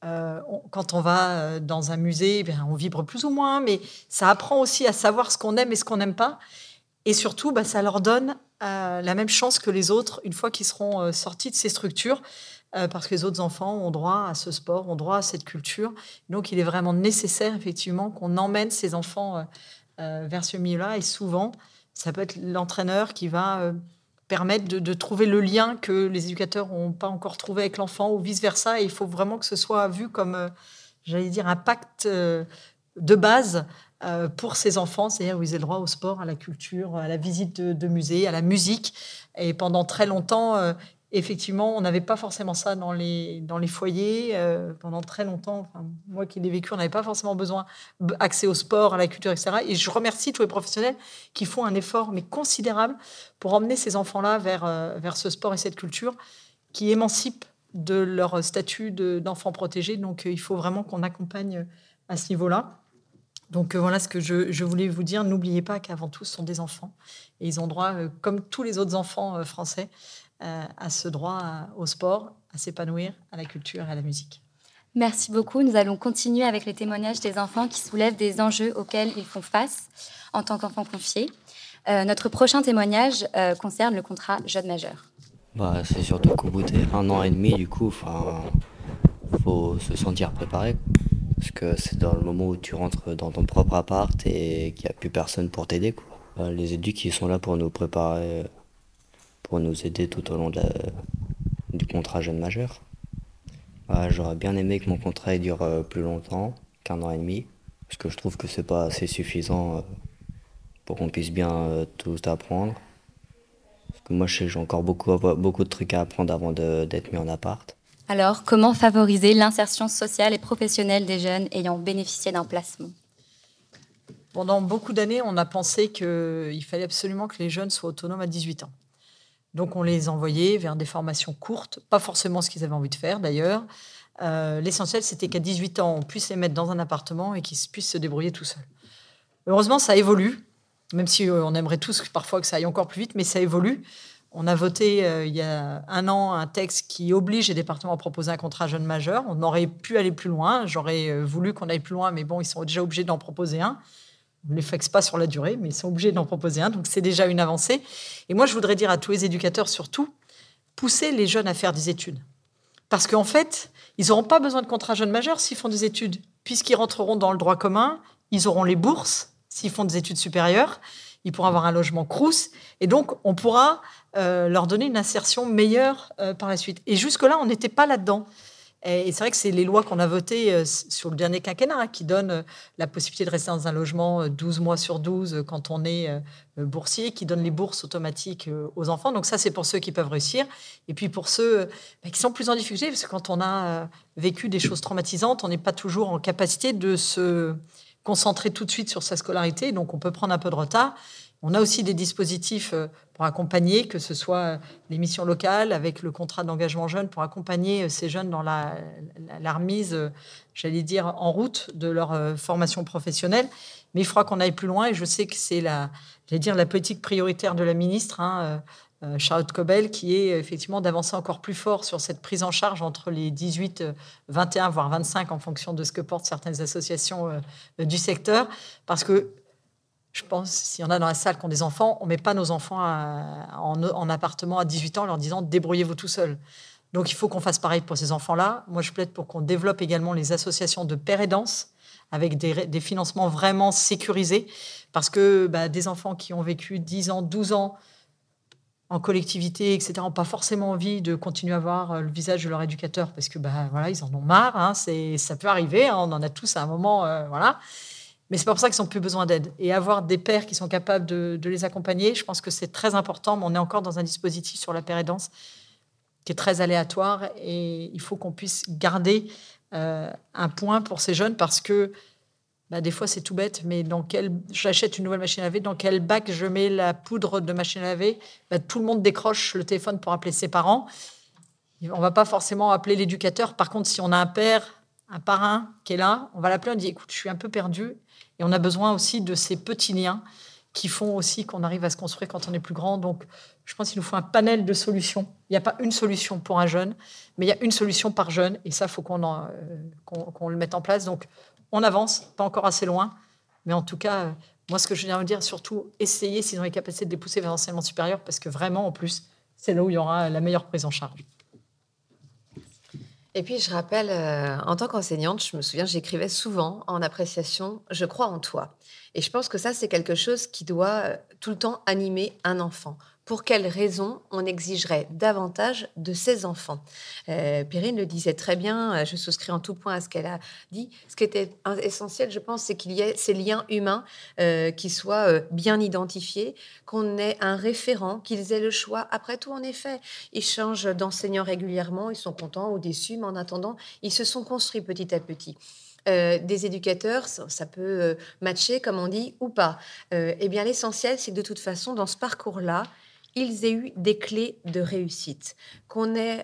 Quand on va dans un musée, on vibre plus ou moins, mais ça apprend aussi à savoir ce qu'on aime et ce qu'on n'aime pas. Et surtout, ça leur donne la même chance que les autres une fois qu'ils seront sortis de ces structures, parce que les autres enfants ont droit à ce sport, ont droit à cette culture. Donc, il est vraiment nécessaire, effectivement, qu'on emmène ces enfants vers ce milieu-là. Et souvent, ça peut être l'entraîneur qui va permettre de trouver le lien que les éducateurs n'ont pas encore trouvé avec l'enfant ou vice-versa. Et il faut vraiment que ce soit vu comme, j'allais dire, un pacte de base pour ces enfants, c'est-à-dire où ils aient le droit au sport, à la culture, à la visite de musées, à la musique. Et pendant très longtemps, effectivement, on n'avait pas forcément ça dans les foyers. Pendant très longtemps, moi qui l'ai vécu, on n'avait pas forcément besoin d'accès au sport, à la culture, etc. Et je remercie tous les professionnels qui font un effort mais considérable pour emmener ces enfants-là vers ce sport et cette culture qui émancipe de leur statut d'enfant protégé. Donc, il faut vraiment qu'on accompagne à ce niveau-là. Donc, voilà ce que je voulais vous dire. N'oubliez pas qu'avant tout, ce sont des enfants. Et ils ont droit, comme tous les autres enfants français, à ce droit au sport, à s'épanouir, à la culture et à la musique. Merci beaucoup. Nous allons continuer avec les témoignages des enfants qui soulèvent des enjeux auxquels ils font face en tant qu'enfants confiés. Notre prochain témoignage concerne le contrat jeune majeur. C'est surtout qu'au bout d'1 an et demi, du coup, faut se sentir préparé. Parce que c'est dans le moment où tu rentres dans ton propre appart et qu'il n'y a plus personne pour t'aider, quoi. Les éducs, ils sont là pour nous préparer, pour nous aider tout au long du contrat jeune majeur. J'aurais bien aimé que mon contrat dure plus longtemps qu'1 an et demi, parce que je trouve que c'est pas assez suffisant pour qu'on puisse bien tout apprendre. Parce que moi, je sais que j'ai encore beaucoup de trucs à apprendre avant d'être mis en appart. Alors, comment favoriser l'insertion sociale et professionnelle des jeunes ayant bénéficié d'un placement ? Pendant beaucoup d'années, on a pensé qu'il fallait absolument que les jeunes soient autonomes à 18 ans. Donc, on les envoyait vers des formations courtes, pas forcément ce qu'ils avaient envie de faire d'ailleurs. L'essentiel, c'était qu'à 18 ans, on puisse les mettre dans un appartement et qu'ils puissent se débrouiller tout seuls. Heureusement, ça évolue, même si on aimerait tous parfois que ça aille encore plus vite, mais ça évolue. On a voté il y a 1 an un texte qui oblige les départements à proposer un contrat jeune majeur. On aurait pu aller plus loin. J'aurais voulu qu'on aille plus loin, mais bon, ils sont déjà obligés d'en proposer un. On ne les fixe pas sur la durée, mais ils sont obligés d'en proposer un. Donc, c'est déjà une avancée. Et moi, je voudrais dire à tous les éducateurs, surtout, pousser les jeunes à faire des études. Parce qu'en fait, ils n'auront pas besoin de contrat jeune majeur s'ils font des études. Puisqu'ils rentreront dans le droit commun, ils auront les bourses s'ils font des études supérieures. Ils pourront avoir un logement Crous. Et donc, on pourra leur donner une insertion meilleure par la suite. Et jusque-là, on n'était pas là-dedans. Et c'est vrai que c'est les lois qu'on a votées sur le dernier quinquennat qui donnent la possibilité de rester dans un logement 12 mois sur 12 quand on est boursier, qui donnent les bourses automatiques aux enfants. Donc ça, c'est pour ceux qui peuvent réussir. Et puis pour ceux qui sont plus en difficulté, parce que quand on a vécu des choses traumatisantes, on n'est pas toujours en capacité de se concentrer tout de suite sur sa scolarité. Donc on peut prendre un peu de retard. On a aussi des dispositifs pour accompagner, que ce soit les missions locales avec le contrat d'engagement jeune, pour accompagner ces jeunes dans la remise, j'allais dire, en route de leur formation professionnelle. Mais il faudra qu'on aille plus loin et je sais que c'est la politique prioritaire de la ministre, Charlotte Cobel, qui est effectivement d'avancer encore plus fort sur cette prise en charge entre les 18, 21, voire 25 en fonction de ce que portent certaines associations du secteur. Parce que je pense, s'il y en a dans la salle qui ont des enfants, on ne met pas nos enfants en appartement à 18 ans en leur disant « débrouillez-vous tout seul ». Donc, il faut qu'on fasse pareil pour ces enfants-là. Moi, je plaide pour qu'on développe également les associations de père aidance avec des financements vraiment sécurisés. Parce que des enfants qui ont vécu 10 ans, 12 ans en collectivité, etc., n'ont pas forcément envie de continuer à voir le visage de leur éducateur parce que voilà, ils en ont marre. Ça peut arriver, on en a tous à un moment. Voilà. Mais c'est pas pour ça qu'ils n'ont plus besoin d'aide. Et avoir des pères qui sont capables de les accompagner, je pense que c'est très important. Mais on est encore dans un dispositif sur la père aidance qui est très aléatoire. Et il faut qu'on puisse garder un point pour ces jeunes parce que des fois, c'est tout bête. Mais j'achète une nouvelle machine à laver, dans quel bac je mets la poudre de machine à laver, tout le monde décroche le téléphone pour appeler ses parents. On ne va pas forcément appeler l'éducateur. Par contre, si on a un père, un parrain qui est là, on va l'appeler, on dit « écoute, je suis un peu perdu ». Et on a besoin aussi de ces petits liens qui font aussi qu'on arrive à se construire quand on est plus grand. Donc, je pense qu'il nous faut un panel de solutions. Il n'y a pas une solution pour un jeune, mais il y a une solution par jeune. Et ça, il faut qu'on le mette en place. Donc, on avance, pas encore assez loin. Mais en tout cas, moi, ce que je viens de dire, surtout, essayez, s'ils ont les capacités, de les pousser vers l'enseignement supérieur, parce que vraiment, en plus, c'est là où il y aura la meilleure prise en charge. Et puis, je rappelle, en tant qu'enseignante, je me souviens, j'écrivais souvent en appréciation « Je crois en toi ». Et je pense que ça, c'est quelque chose qui doit tout le temps animer un enfant. Pour quelles raisons on exigerait davantage de ses enfants ? Perrine le disait très bien, je souscris en tout point à ce qu'elle a dit. Ce qui était essentiel, je pense, c'est qu'il y ait ces liens humains qui soient bien identifiés, qu'on ait un référent, qu'ils aient le choix. Après tout, en effet, ils changent d'enseignant régulièrement, ils sont contents ou déçus, mais en attendant, ils se sont construits petit à petit. Des éducateurs, ça peut matcher, comme on dit, ou pas. Eh bien, l'essentiel, c'est que de toute façon, dans ce parcours-là, ils aient eu des clés de réussite, qu'on ait,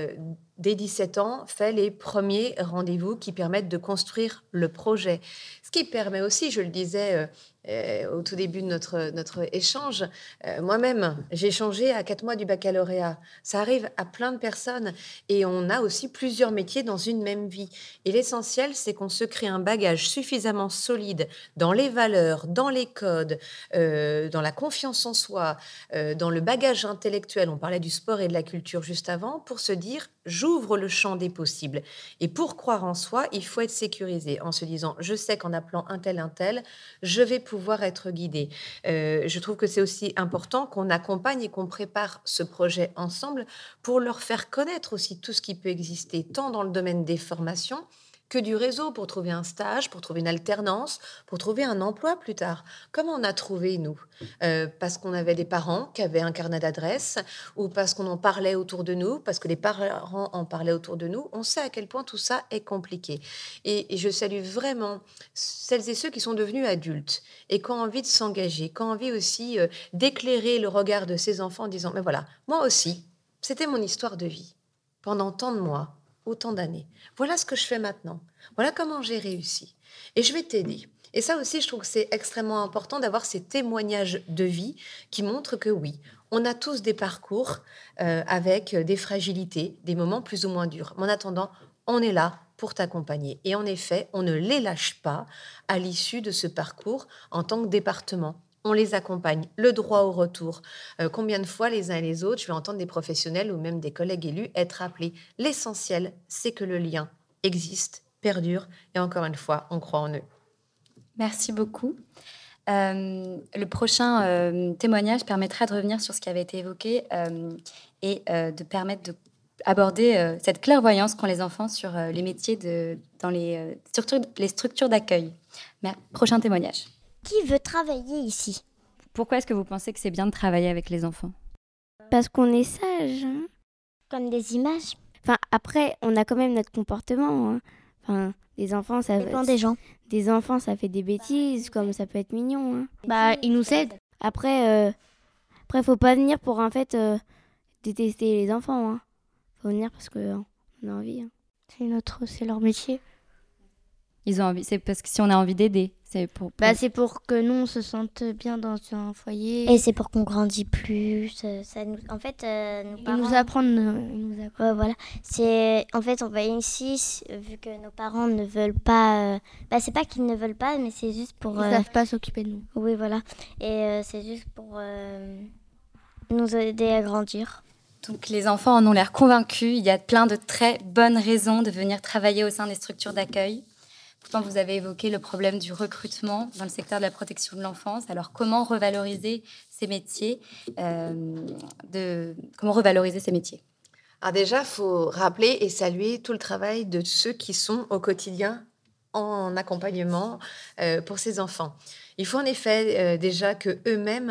dès 17 ans, fait les premiers rendez-vous qui permettent de construire le projet. Ce qui permet aussi, je le disais au tout début de notre échange, moi-même, j'ai changé à 4 mois du baccalauréat. Ça arrive à plein de personnes et on a aussi plusieurs métiers dans une même vie. Et l'essentiel, c'est qu'on se crée un bagage suffisamment solide dans les valeurs, dans les codes, dans la confiance en soi, dans le bagage intellectuel. On parlait du sport et de la culture juste avant, pour se dire « j'ouvre le champ des possibles ». Et pour croire en soi, il faut être sécurisé en se disant « je sais qu'en appelant un tel, je vais pouvoir être guidé ». Je trouve que c'est aussi important qu'on accompagne et qu'on prépare ce projet ensemble pour leur faire connaître aussi tout ce qui peut exister, tant dans le domaine des formations que du réseau, pour trouver un stage, pour trouver une alternance, pour trouver un emploi plus tard. Comment on a trouvé, nous ? Parce qu'on avait des parents qui avaient un carnet d'adresses, ou parce qu'on en parlait autour de nous, parce que les parents en parlaient autour de nous. On sait à quel point tout ça est compliqué. Et je salue vraiment celles et ceux qui sont devenus adultes et qui ont envie de s'engager, qui ont envie aussi d'éclairer le regard de ces enfants en disant « mais voilà, moi aussi, c'était mon histoire de vie. Pendant tant de mois, autant d'années. Voilà ce que je fais maintenant. Voilà comment j'ai réussi. Et je vais t'aider. Et ça aussi, je trouve que c'est extrêmement important d'avoir ces témoignages de vie qui montrent que oui, on a tous des parcours avec des fragilités, des moments plus ou moins durs. Mais en attendant, on est là pour t'accompagner. Et en effet, on ne les lâche pas à l'issue de ce parcours en tant que département. On les accompagne. Le droit au retour. Combien de fois, les uns et les autres, je vais entendre des professionnels ou même des collègues élus être appelés. L'essentiel, c'est que le lien existe, perdure. Et encore une fois, on croit en eux. Merci beaucoup. Le prochain témoignage permettra de revenir sur ce qui avait été évoqué et de permettre d'aborder cette clairvoyance qu'ont les enfants sur les métiers dans les structures d'accueil. Prochain témoignage. Qui veut travailler ici? Pourquoi est-ce que vous pensez que c'est bien de travailler avec les enfants? Parce qu'on est sage. Hein. Comme des images. Enfin, après, on a quand même notre comportement. Hein. Enfin, des enfants, ça dépend des gens. Des enfants, ça fait des bêtises, comme ça peut être mignon. Hein. Bah, ils nous aident. Après, faut pas venir pour en fait détester les enfants. Hein. Faut venir parce qu'on a envie. Hein. C'est leur métier. Ils ont envie. C'est parce que si on a envie d'aider, c'est pour. C'est pour que nous on se sente bien dans un foyer. Et c'est pour qu'on grandit plus. Ça nous, en fait, nos parents. Ils nous apprennent. Voilà. C'est en fait on va ici vu que nos parents ne veulent pas. C'est pas qu'ils ne veulent pas, mais c'est juste pour. Ils savent pas s'occuper de nous. Oui, voilà. Et c'est juste pour nous aider à grandir. Donc les enfants en ont l'air convaincus. Il y a plein de très bonnes raisons de venir travailler au sein des structures d'accueil. Pourtant, vous avez évoqué le problème du recrutement dans le secteur de la protection de l'enfance. Alors, comment revaloriser ces métiers Alors déjà, il faut rappeler et saluer tout le travail de ceux qui sont au quotidien en accompagnement pour ces enfants. Il faut en effet déjà qu'eux-mêmes,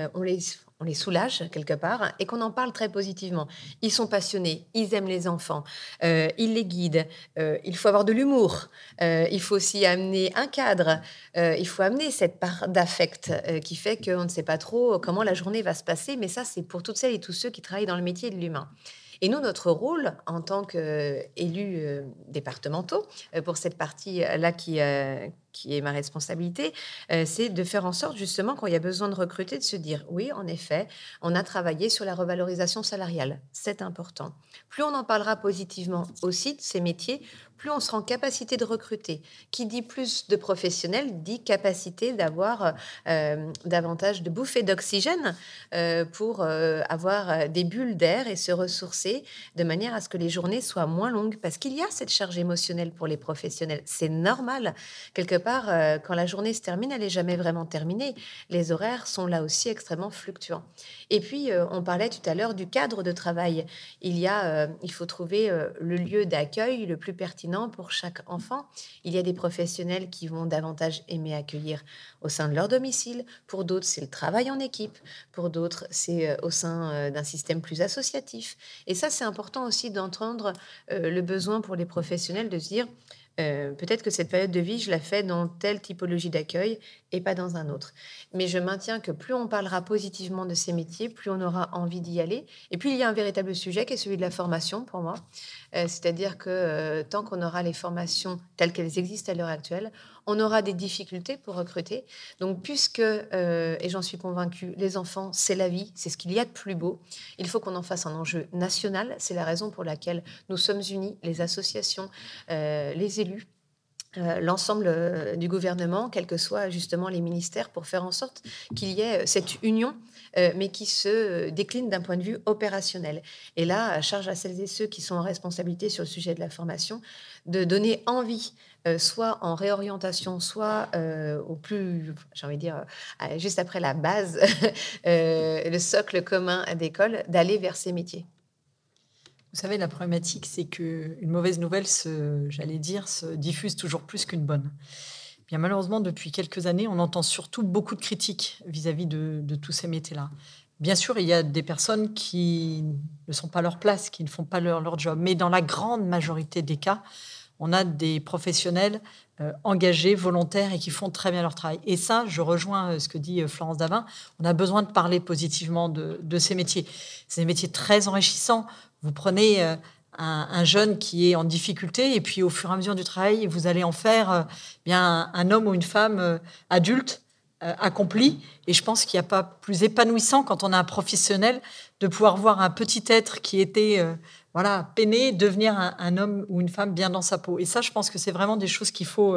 on les soulage quelque part et qu'on en parle très positivement. Ils sont passionnés, ils aiment les enfants, ils les guident, il faut avoir de l'humour, il faut aussi amener un cadre, il faut amener cette part d'affect qui fait qu'on ne sait pas trop comment la journée va se passer, mais ça c'est pour toutes celles et tous ceux qui travaillent dans le métier de l'humain. Et nous, notre rôle en tant qu'élus départementaux, pour cette partie-là qui est ma responsabilité, c'est de faire en sorte justement quand il y a besoin de recruter, de se dire oui, en effet, on a travaillé sur la revalorisation salariale. C'est important. Plus on en parlera positivement aussi de ces métiers, plus on sera en capacité de recruter. Qui dit plus de professionnels dit capacité d'avoir davantage de bouffées d'oxygène pour avoir des bulles d'air et se ressourcer de manière à ce que les journées soient moins longues. Parce qu'il y a cette charge émotionnelle pour les professionnels. C'est normal. Quelque part, quand la journée se termine, elle n'est jamais vraiment terminée. Les horaires sont là aussi extrêmement fluctuants. Et puis, on parlait tout à l'heure du cadre de travail. Il faut trouver le lieu d'accueil le plus pertinent pour chaque enfant. Il y a des professionnels qui vont davantage aimer accueillir au sein de leur domicile. Pour d'autres, c'est le travail en équipe. Pour d'autres, c'est au sein d'un système plus associatif. Et ça, c'est important aussi d'entendre le besoin pour les professionnels de se dire peut-être que cette période de vie, je la fais dans telle typologie d'accueil et pas dans un autre. Mais je maintiens que plus on parlera positivement de ces métiers, plus on aura envie d'y aller. Et puis, il y a un véritable sujet qui est celui de la formation pour moi. C'est-à-dire que tant qu'on aura les formations telles qu'elles existent à l'heure actuelle, on aura des difficultés pour recruter. Donc, puisque, et j'en suis convaincue, les enfants, c'est la vie, c'est ce qu'il y a de plus beau, il faut qu'on en fasse un enjeu national. C'est la raison pour laquelle nous sommes unis, les associations, les élus, l'ensemble du gouvernement, quels que soient justement les ministères, pour faire en sorte qu'il y ait cette union, mais qui se décline d'un point de vue opérationnel. Et là, charge à celles et ceux qui sont en responsabilité sur le sujet de la formation, de donner envie, soit en réorientation, soit au plus, j'ai envie de dire, juste après la base, le socle commun d'école, d'aller vers ces métiers. Vous savez, la problématique, c'est qu'une mauvaise nouvelle, se diffuse toujours plus qu'une bonne. Bien, malheureusement, depuis quelques années, on entend surtout beaucoup de critiques vis-à-vis de tous ces métiers-là. Bien sûr, il y a des personnes qui ne sont pas à leur place, qui ne font pas leur job. Mais dans la grande majorité des cas, on a des professionnels engagés, volontaires et qui font très bien leur travail. Et ça, je rejoins ce que dit Florence Dabin, on a besoin de parler positivement de ces métiers. C'est des métiers très enrichissants. Vous prenez un jeune qui est en difficulté, et puis au fur et à mesure du travail, vous allez en faire bien un homme ou une femme adulte, accompli. Et je pense qu'il n'y a pas plus épanouissant quand on a un professionnel de pouvoir voir un petit être qui était peiné devenir un homme ou une femme bien dans sa peau. Et ça, je pense que c'est vraiment des choses qu'il faut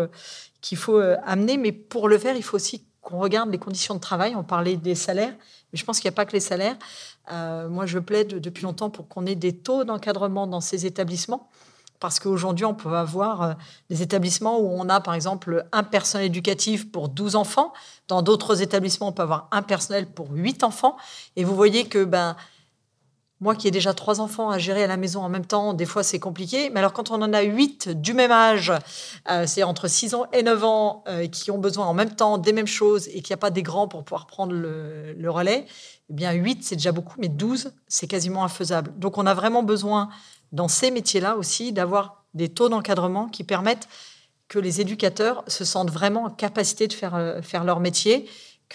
amener. Mais pour le faire, il faut aussi qu'on regarde les conditions de travail. On parlait des salaires, mais je pense qu'il n'y a pas que les salaires. Moi, je plaide depuis longtemps pour qu'on ait des taux d'encadrement dans ces établissements. Parce qu'aujourd'hui, on peut avoir des établissements où on a, par exemple, un personnel éducatif pour 12 enfants. Dans d'autres établissements, on peut avoir un personnel pour 8 enfants. Et vous voyez que moi qui ai déjà 3 enfants à gérer à la maison en même temps, des fois, c'est compliqué. Mais alors, quand on en a 8 du même âge, c'est entre 6 ans et 9 ans, qui ont besoin en même temps des mêmes choses et qu'il n'y a pas des grands pour pouvoir prendre le relais, eh bien, 8, c'est déjà beaucoup, mais 12, c'est quasiment infaisable. Donc, on a vraiment besoin dans ces métiers-là aussi, d'avoir des taux d'encadrement qui permettent que les éducateurs se sentent vraiment en capacité de faire leur métier,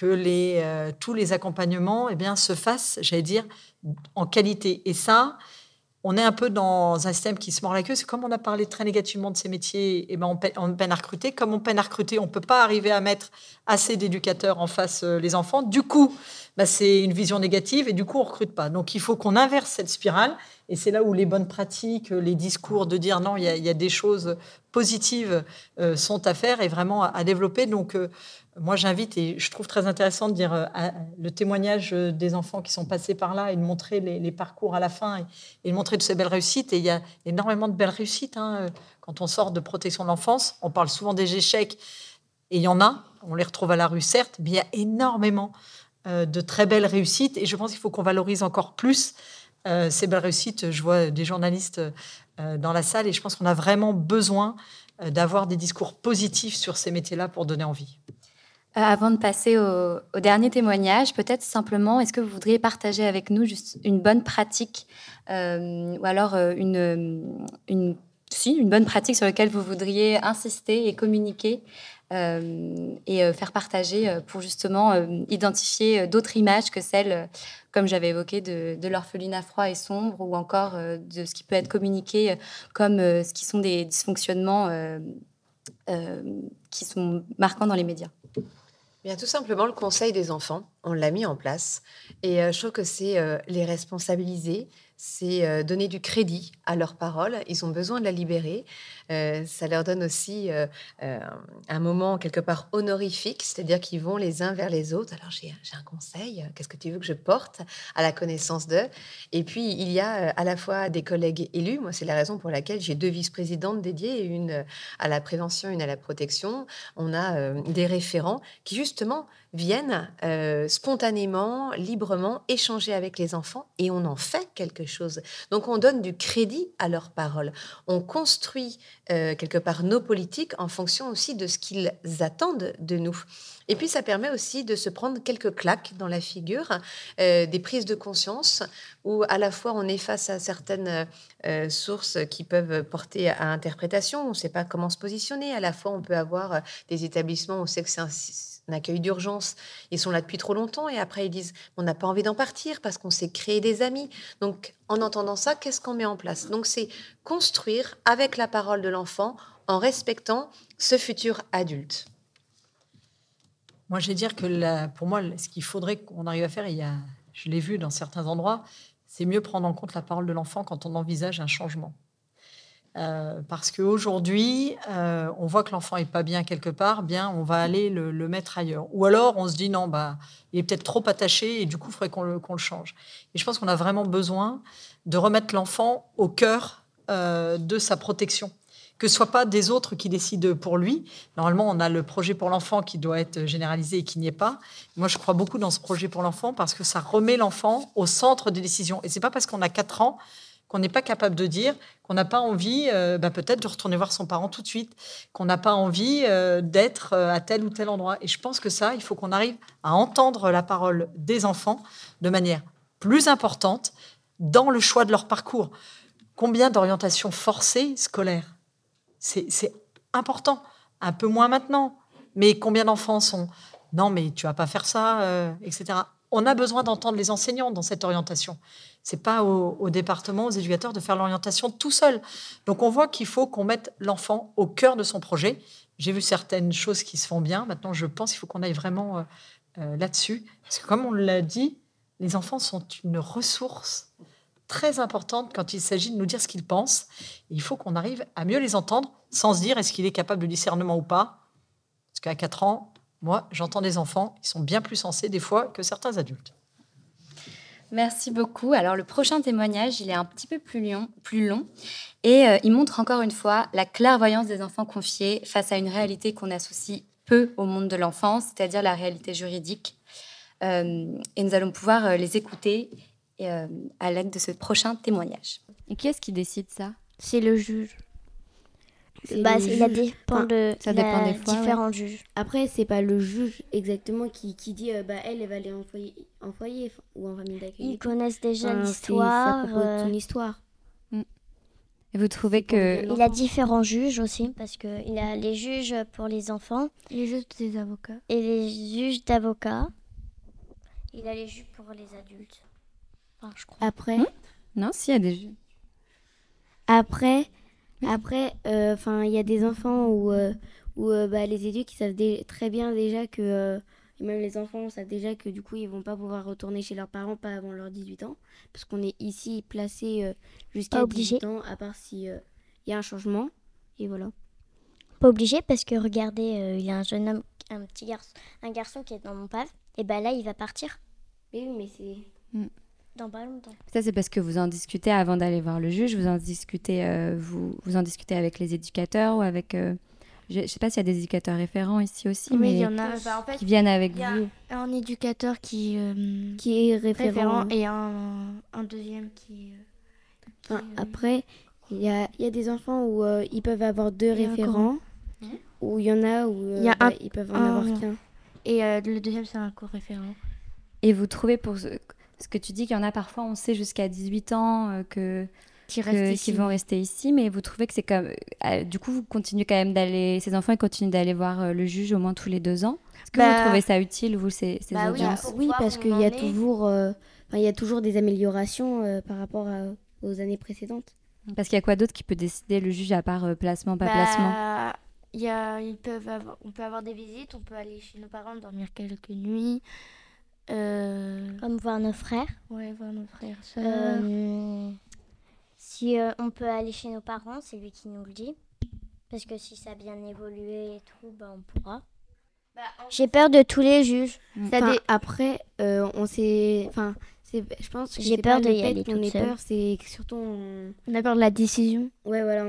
que tous les accompagnements se fassent, j'allais dire, en qualité. Et ça, on est un peu dans un système qui se mord la queue. C'est comme on a parlé très négativement de ces métiers, on peine à recruter. Comme on peine à recruter, on ne peut pas arriver à mettre assez d'éducateurs en face les enfants. Du coup, c'est une vision négative et du coup, on ne recrute pas. Donc, il faut qu'on inverse cette spirale. Et c'est là où les bonnes pratiques, les discours de dire non, il y a des choses positives sont à faire et vraiment à développer. Donc, moi, j'invite, et je trouve très intéressant de dire le témoignage des enfants qui sont passés par là et de montrer les parcours à la fin et de montrer de ces belles réussites. Et il y a énormément de belles réussites. Quand on sort de protection de l'enfance, on parle souvent des échecs, et il y en a. On les retrouve à la rue, certes, mais il y a énormément de très belles réussites. Et je pense qu'il faut qu'on valorise encore plus ces belles réussites. Je vois des journalistes dans la salle et je pense qu'on a vraiment besoin d'avoir des discours positifs sur ces métiers-là pour donner envie. Avant de passer au dernier témoignage, peut-être simplement, est-ce que vous voudriez partager avec nous juste une bonne pratique ou alors une bonne pratique sur laquelle vous voudriez insister et communiquer et faire partager pour justement identifier d'autres images que celles, comme j'avais évoqué, de l'orphelinat froid et sombre, ou encore de ce qui peut être communiqué comme ce qui sont des dysfonctionnements qui sont marquants dans les médias. Bien, tout simplement, le conseil des enfants, on l'a mis en place. Et je trouve que c'est les responsabiliser, c'est donner du crédit à leurs paroles. Ils ont besoin de la libérer. Ça leur donne aussi un moment quelque part honorifique, c'est-à-dire qu'ils vont les uns vers les autres. Alors, j'ai un conseil, qu'est-ce que tu veux que je porte à la connaissance d'eux? Et puis, il y a à la fois des collègues élus. Moi, c'est la raison pour laquelle j'ai 2 vice-présidentes dédiées, une à la prévention, une à la protection. On a des référents qui, justement, viennent spontanément, librement échanger avec les enfants et on en fait quelque chose. Donc, on donne du crédit à leurs paroles. On construit quelque part nos politiques en fonction aussi de ce qu'ils attendent de nous. Et puis, ça permet aussi de se prendre quelques claques dans la figure, des prises de conscience où à la fois on est face à certaines sources qui peuvent porter à interprétation, on ne sait pas comment se positionner. À la fois, on peut avoir des établissements où on sait que c'est un accueil d'urgence, ils sont là depuis trop longtemps et après ils disent on n'a pas envie d'en partir parce qu'on s'est créé des amis. Donc en entendant ça, qu'est-ce qu'on met en place? Donc c'est construire avec la parole de l'enfant en respectant ce futur adulte. Moi, je vais dire que pour moi, ce qu'il faudrait qu'on arrive à faire, je l'ai vu dans certains endroits, c'est mieux prendre en compte la parole de l'enfant quand on envisage un changement. Parce qu'aujourd'hui, on voit que l'enfant n'est pas bien quelque part, bien, on va aller le mettre ailleurs. Ou alors, on se dit, non, il est peut-être trop attaché et du coup, il faudrait qu'on le change. Et je pense qu'on a vraiment besoin de remettre l'enfant au cœur de sa protection. Que ce ne soit pas des autres qui décident pour lui. Normalement, on a le projet pour l'enfant qui doit être généralisé et qui n'y est pas. Moi, je crois beaucoup dans ce projet pour l'enfant parce que ça remet l'enfant au centre des décisions. Et ce n'est pas parce qu'on a 4 ans qu'on n'est pas capable de dire qu'on n'a pas envie peut-être de retourner voir son parent tout de suite, qu'on n'a pas envie d'être à tel ou tel endroit. Et je pense que ça, il faut qu'on arrive à entendre la parole des enfants de manière plus importante dans le choix de leur parcours. Combien d'orientations forcées scolaires ? C'est important, un peu moins maintenant. Mais combien d'enfants sont « non, mais tu vas pas faire ça, etc. » on a besoin d'entendre les enseignants dans cette orientation. C'est pas au département, aux éducateurs de faire l'orientation tout seul. Donc on voit qu'il faut qu'on mette l'enfant au cœur de son projet. J'ai vu certaines choses qui se font bien. Maintenant, je pense qu'il faut qu'on aille vraiment là-dessus. Parce que comme on l'a dit, les enfants sont une ressource très importante quand il s'agit de nous dire ce qu'ils pensent. Et il faut qu'on arrive à mieux les entendre sans se dire est-ce qu'il est capable de discernement ou pas. Parce qu'à 4 ans, moi, j'entends des enfants, ils sont bien plus sensés des fois que certains adultes. Merci beaucoup. Alors, le prochain témoignage, il est un petit peu plus long et il montre encore une fois la clairvoyance des enfants confiés face à une réalité qu'on associe peu au monde de l'enfance, c'est-à-dire la réalité juridique. Et nous allons pouvoir les écouter à l'aide de ce prochain témoignage. Et qui est-ce qui décide ça? C'est le juge. Ça dépend des fois, différents juges. Après, c'est pas le juge exactement qui dit elle va aller en foyer ou en famille d'accueil. Ils connaissent déjà l'histoire. C'est à propos de son histoire. Et vous trouvez que... Il a différents juges aussi, parce qu'il a les juges pour les enfants. Les juges des avocats. Et les juges d'avocats. Il a les juges pour les adultes. Enfin, je crois. Après... Non, s'il y a des juges. Après, il y a des enfants où les éduques ils savent très bien déjà que, et même les enfants savent déjà que du coup ils vont pas pouvoir retourner chez leurs parents pas avant leurs 18 ans, parce qu'on est ici placé jusqu'à 18 ans, à part s'il y a un changement, et voilà. Pas obligé, parce que regardez, il y a un jeune homme, un garçon qui est dans mon pave, et là il va partir. Oui, mais c'est... Dans pas longtemps. Ça, c'est parce que vous en discutez avant d'aller voir le juge, vous en discutez avec les éducateurs ou avec... je ne sais pas s'il y a des éducateurs référents ici aussi, mais il y en a qui viennent avec vous. Il y a un éducateur qui est référent et un deuxième qui... Après, il y a des enfants où ils peuvent avoir 2 référents, ou il y en a où ils peuvent en avoir qu'un. Et le deuxième, c'est un co-référent. Et vous trouvez, pour ce que tu dis, qu'il y en a parfois, on sait jusqu'à 18 ans qui vont rester ici, mais vous trouvez que c'est comme... du coup, vous continuez quand même ces enfants, ils continuent d'aller voir le juge au moins tous les 2 ans. Est-ce que vous trouvez ça utile, vous, ces audiences? Oui, parce qu'il y a toujours des améliorations par rapport aux années précédentes. Parce qu'il y a quoi d'autre qui peut décider le juge à part placement, pas placement? On peut avoir des visites, on peut aller chez nos parents, dormir quelques nuits. Comme voir nos frères. Ouais, voir nos frères, sœurs. Si on peut aller chez nos parents, c'est lui qui nous le dit. Parce que si ça a bien évolué et tout, on pourra. J'ai peur de tous les juges. Après, on s'est... je pense que j'ai peur de y aller toute seule. Peur, c'est surtout... On a peur de la décision. Ouais, voilà.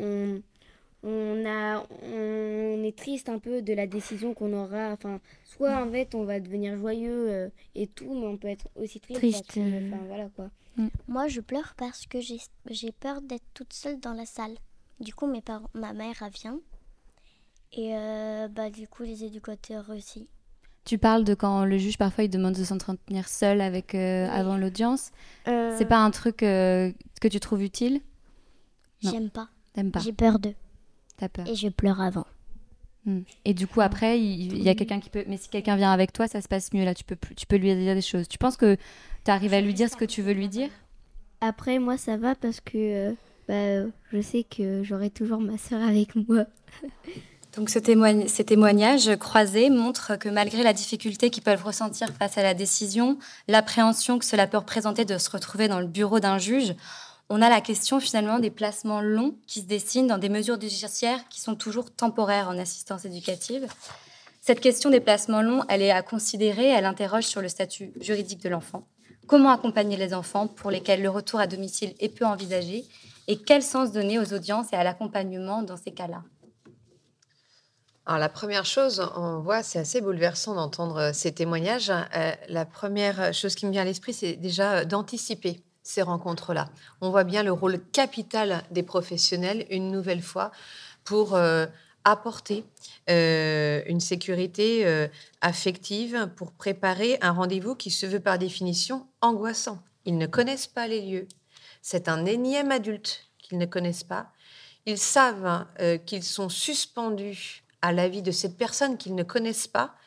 On est triste un peu de la décision qu'on aura. Soit en fait on va devenir joyeux et tout, mais on peut être aussi triste. Voilà quoi. Moi je pleure parce que j'ai peur d'être toute seule dans la salle. Du coup ma mère elle vient et du coup les éducateurs aussi. Tu parles de quand le juge parfois il demande de s'entretenir seul avec avant l'audience. C'est pas un truc que tu trouves utile? Non. J'aime pas. T'aimes pas? J'ai peur d'eux. T'as peur. Et je pleure avant. Et du coup, après, il y a quelqu'un qui peut... Mais si quelqu'un vient avec toi, ça se passe mieux. Là, tu peux lui dire des choses. Tu penses que tu arrives à lui dire ce que tu veux lui dire? Après, moi, ça va parce que je sais que j'aurai toujours ma sœur avec moi. Donc, ces témoignages croisés montrent que malgré la difficulté qu'ils peuvent ressentir face à la décision, l'appréhension que cela peut représenter de se retrouver dans le bureau d'un juge, on a la question finalement des placements longs qui se dessinent dans des mesures judiciaires qui sont toujours temporaires en assistance éducative. Cette question des placements longs, elle est à considérer, elle interroge sur le statut juridique de l'enfant. Comment accompagner les enfants pour lesquels le retour à domicile est peu envisagé et quel sens donner aux audiences et à l'accompagnement dans ces cas-là? Alors, la première chose, on voit, c'est assez bouleversant d'entendre ces témoignages. La première chose qui me vient à l'esprit, c'est déjà d'anticiper ces rencontres-là. On voit bien le rôle capital des professionnels, une nouvelle fois, pour apporter une sécurité affective, pour préparer un rendez-vous qui se veut par définition angoissant. Ils ne connaissent pas les lieux. C'est un énième adulte qu'ils ne connaissent pas. Ils savent qu'ils sont suspendus à l'avis de cette personne qu'ils ne connaissent pas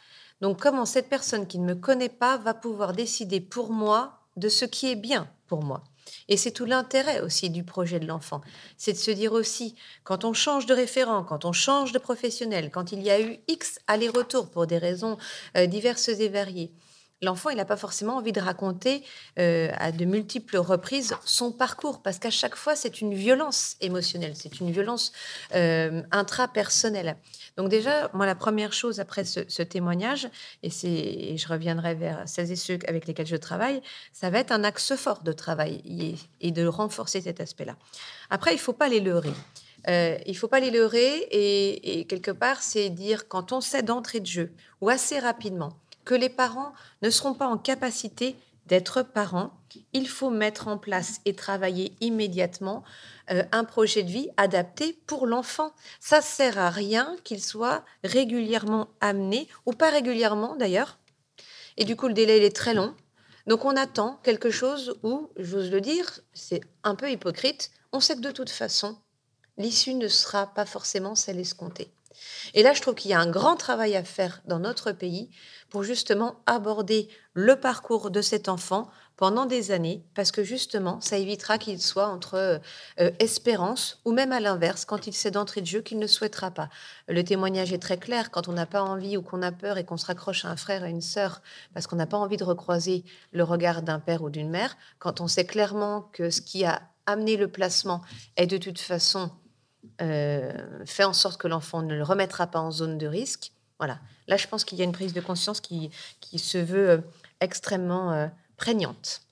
Donc comment cette personne qui ne me connaît pas va pouvoir décider pour moi de ce qui est bien pour moi? Et c'est tout l'intérêt aussi du projet de l'enfant. C'est de se dire aussi, quand on change de référent, quand on change de professionnel, quand il y a eu X allers-retours pour des raisons diverses et variées, l'enfant, il n'a pas forcément envie de raconter à de multiples reprises son parcours, parce qu'à chaque fois, c'est une violence émotionnelle, c'est une violence intrapersonnelle. Donc déjà, moi, la première chose après ce témoignage, et je reviendrai vers celles et ceux avec lesquels je travaille, ça va être un axe fort de travail et de renforcer cet aspect-là. Après, il ne faut pas les leurrer. Il ne faut pas les leurrer et quelque part, c'est dire quand on sait d'entrée de jeu ou assez rapidement que les parents ne seront pas en capacité d'être parents, il faut mettre en place et travailler immédiatement un projet de vie adapté pour l'enfant. Ça ne sert à rien qu'il soit régulièrement amené, ou pas régulièrement d'ailleurs, et du coup le délai il est très long. Donc on attend quelque chose où, j'ose le dire, c'est un peu hypocrite, on sait que de toute façon, l'issue ne sera pas forcément celle escomptée. Et là, je trouve qu'il y a un grand travail à faire dans notre pays pour justement aborder le parcours de cet enfant pendant des années, parce que justement, ça évitera qu'il soit entre espérance ou même à l'inverse, quand il sait d'entrée de jeu qu'il ne souhaitera pas. Le témoignage est très clair, quand on n'a pas envie ou qu'on a peur et qu'on se raccroche à un frère et une sœur parce qu'on n'a pas envie de recroiser le regard d'un père ou d'une mère, quand on sait clairement que ce qui a amené le placement est de toute façon fait en sorte que l'enfant ne le remettra pas en zone de risque. Voilà. Là, je pense qu'il y a une prise de conscience qui se veut extrêmement prégnante.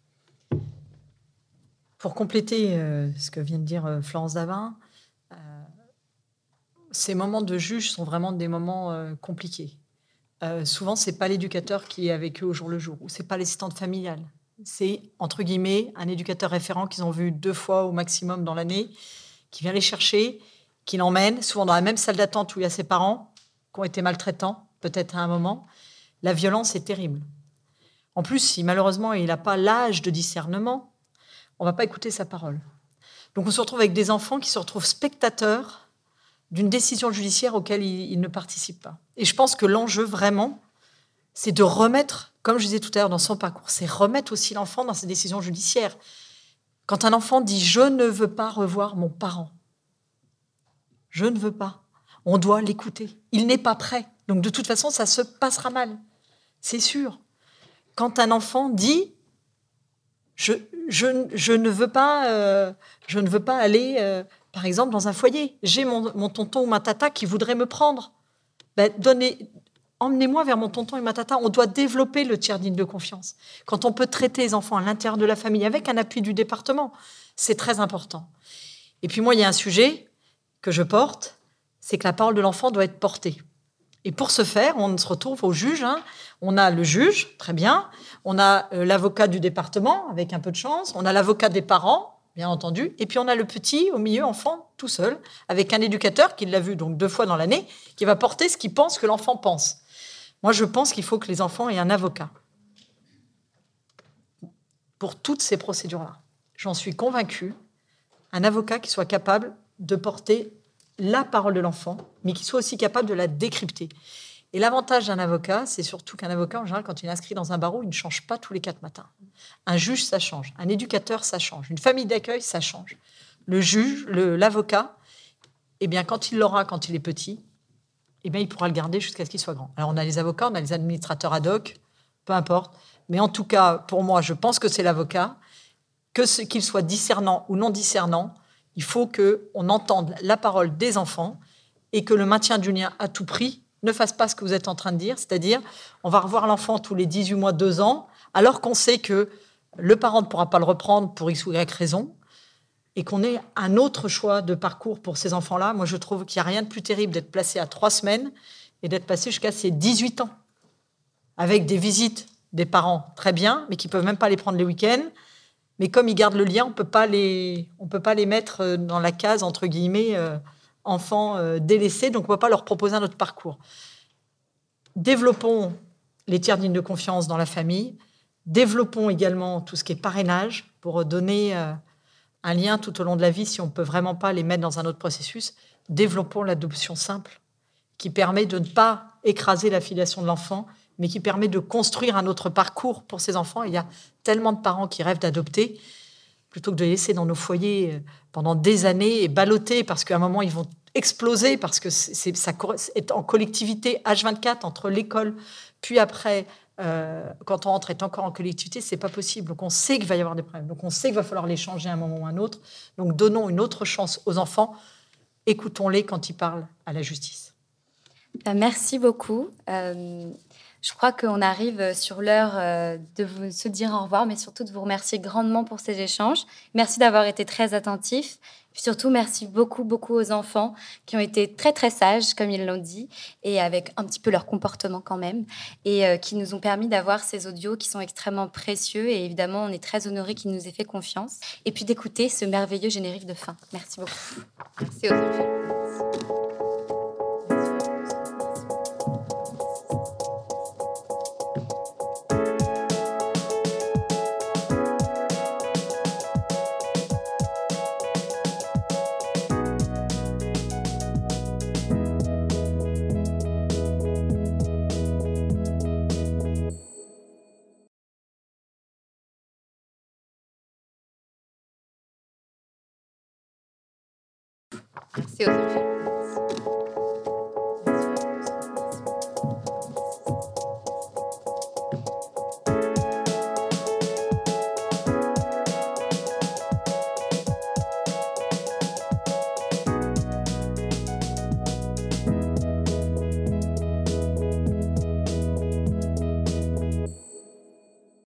Pour compléter ce que vient de dire Florence Dabin, ces moments de juge sont vraiment des moments compliqués. Souvent, ce n'est pas l'éducateur qui est avec eux au jour le jour, ou ce n'est pas l'assistante familiale. C'est, entre guillemets, un éducateur référent qu'ils ont vu 2 fois au maximum dans l'année, qui vient les chercher, qui l'emmène, souvent dans la même salle d'attente où il y a ses parents, qui ont été maltraitants, peut-être à un moment. La violence est terrible. En plus, si malheureusement il n'a pas l'âge de discernement, on ne va pas écouter sa parole. Donc on se retrouve avec des enfants qui se retrouvent spectateurs d'une décision judiciaire auquel ils ne participent pas. Et je pense que l'enjeu vraiment, c'est de remettre, comme je disais tout à l'heure dans son parcours, c'est remettre aussi l'enfant dans ses décisions judiciaires. Quand un enfant dit « je ne veux pas revoir mon parent », je ne veux pas, on doit l'écouter. Il n'est pas prêt. Donc de toute façon, ça se passera mal. C'est sûr. Quand un enfant dit « je ne veux pas aller, par exemple, dans un foyer. J'ai mon tonton ou ma tata qui voudrait me prendre. Ben, emmenez-moi vers mon tonton et ma tata. » On doit développer le tiers digne de confiance. Quand on peut traiter les enfants à l'intérieur de la famille avec un appui du département, c'est très important. Et puis moi, il y a un sujet que je porte, c'est que la parole de l'enfant doit être portée. Et pour ce faire, on se retrouve au juge. On a le juge, très bien. On a l'avocat du département, avec un peu de chance. On a l'avocat des parents, bien entendu. Et puis on a le petit, au milieu, enfant, tout seul, avec un éducateur qui l'a vu donc 2 fois dans l'année, qui va porter ce qu'il pense que l'enfant pense. Moi, je pense qu'il faut que les enfants aient un avocat pour toutes ces procédures-là. J'en suis convaincue. Un avocat qui soit capable de porter la parole de l'enfant, mais qui soit aussi capable de la décrypter. Et l'avantage d'un avocat, c'est surtout qu'un avocat, en général, quand il est inscrit dans un barreau, il ne change pas tous les 4 matins. Un juge, ça change. Un éducateur, ça change. Une famille d'accueil, ça change. Le juge, l'avocat, eh bien, quand il l'aura, quand il est petit, eh bien, il pourra le garder jusqu'à ce qu'il soit grand. Alors, on a les avocats, on a les administrateurs ad hoc, peu importe. Mais en tout cas, pour moi, je pense que c'est l'avocat. Qu'il soit discernant ou non discernant, il faut qu'on entende la parole des enfants et que le maintien du lien à tout prix ne fasse pas ce que vous êtes en train de dire, c'est-à-dire on va revoir l'enfant tous les 18 mois, 2 ans, alors qu'on sait que le parent ne pourra pas le reprendre pour X ou Y raison, et qu'on ait un autre choix de parcours pour ces enfants-là. Moi, je trouve qu'il n'y a rien de plus terrible d'être placé à 3 semaines et d'être passé jusqu'à ses 18 ans, avec des visites des parents très bien, mais qui ne peuvent même pas les prendre les week-ends. Mais comme ils gardent le lien, on ne peut pas les mettre dans la case, entre guillemets, enfants délaissés, donc on ne peut pas leur proposer un autre parcours. Développons les tiers dignes de confiance dans la famille, développons également tout ce qui est parrainage pour donner un lien tout au long de la vie si on ne peut vraiment pas les mettre dans un autre processus. Développons l'adoption simple qui permet de ne pas écraser la filiation de l'enfant, mais qui permet de construire un autre parcours pour ces enfants. Il y a tellement de parents qui rêvent d'adopter, plutôt que de les laisser dans nos foyers pendant des années et balloter, parce qu'à un moment, ils vont exploser, parce que ça est en collectivité H24 entre l'école, puis après, quand on rentre, est encore en collectivité, c'est pas possible. Donc on sait qu'il va y avoir des problèmes. Donc on sait qu'il va falloir les changer à un moment ou à un autre. Donc donnons une autre chance aux enfants. Écoutons-les quand ils parlent à la justice. Merci beaucoup. Je crois qu'on arrive sur l'heure de se dire au revoir, mais surtout de vous remercier grandement pour ces échanges. Merci d'avoir été très attentifs. Puis surtout, merci beaucoup, beaucoup aux enfants qui ont été très, très sages, comme ils l'ont dit, et avec un petit peu leur comportement quand même, et qui nous ont permis d'avoir ces audios qui sont extrêmement précieux. Et évidemment, on est très honorés qu'ils nous aient fait confiance. Et puis d'écouter ce merveilleux générique de fin. Merci beaucoup. Merci aux enfants. Merci aux enfants.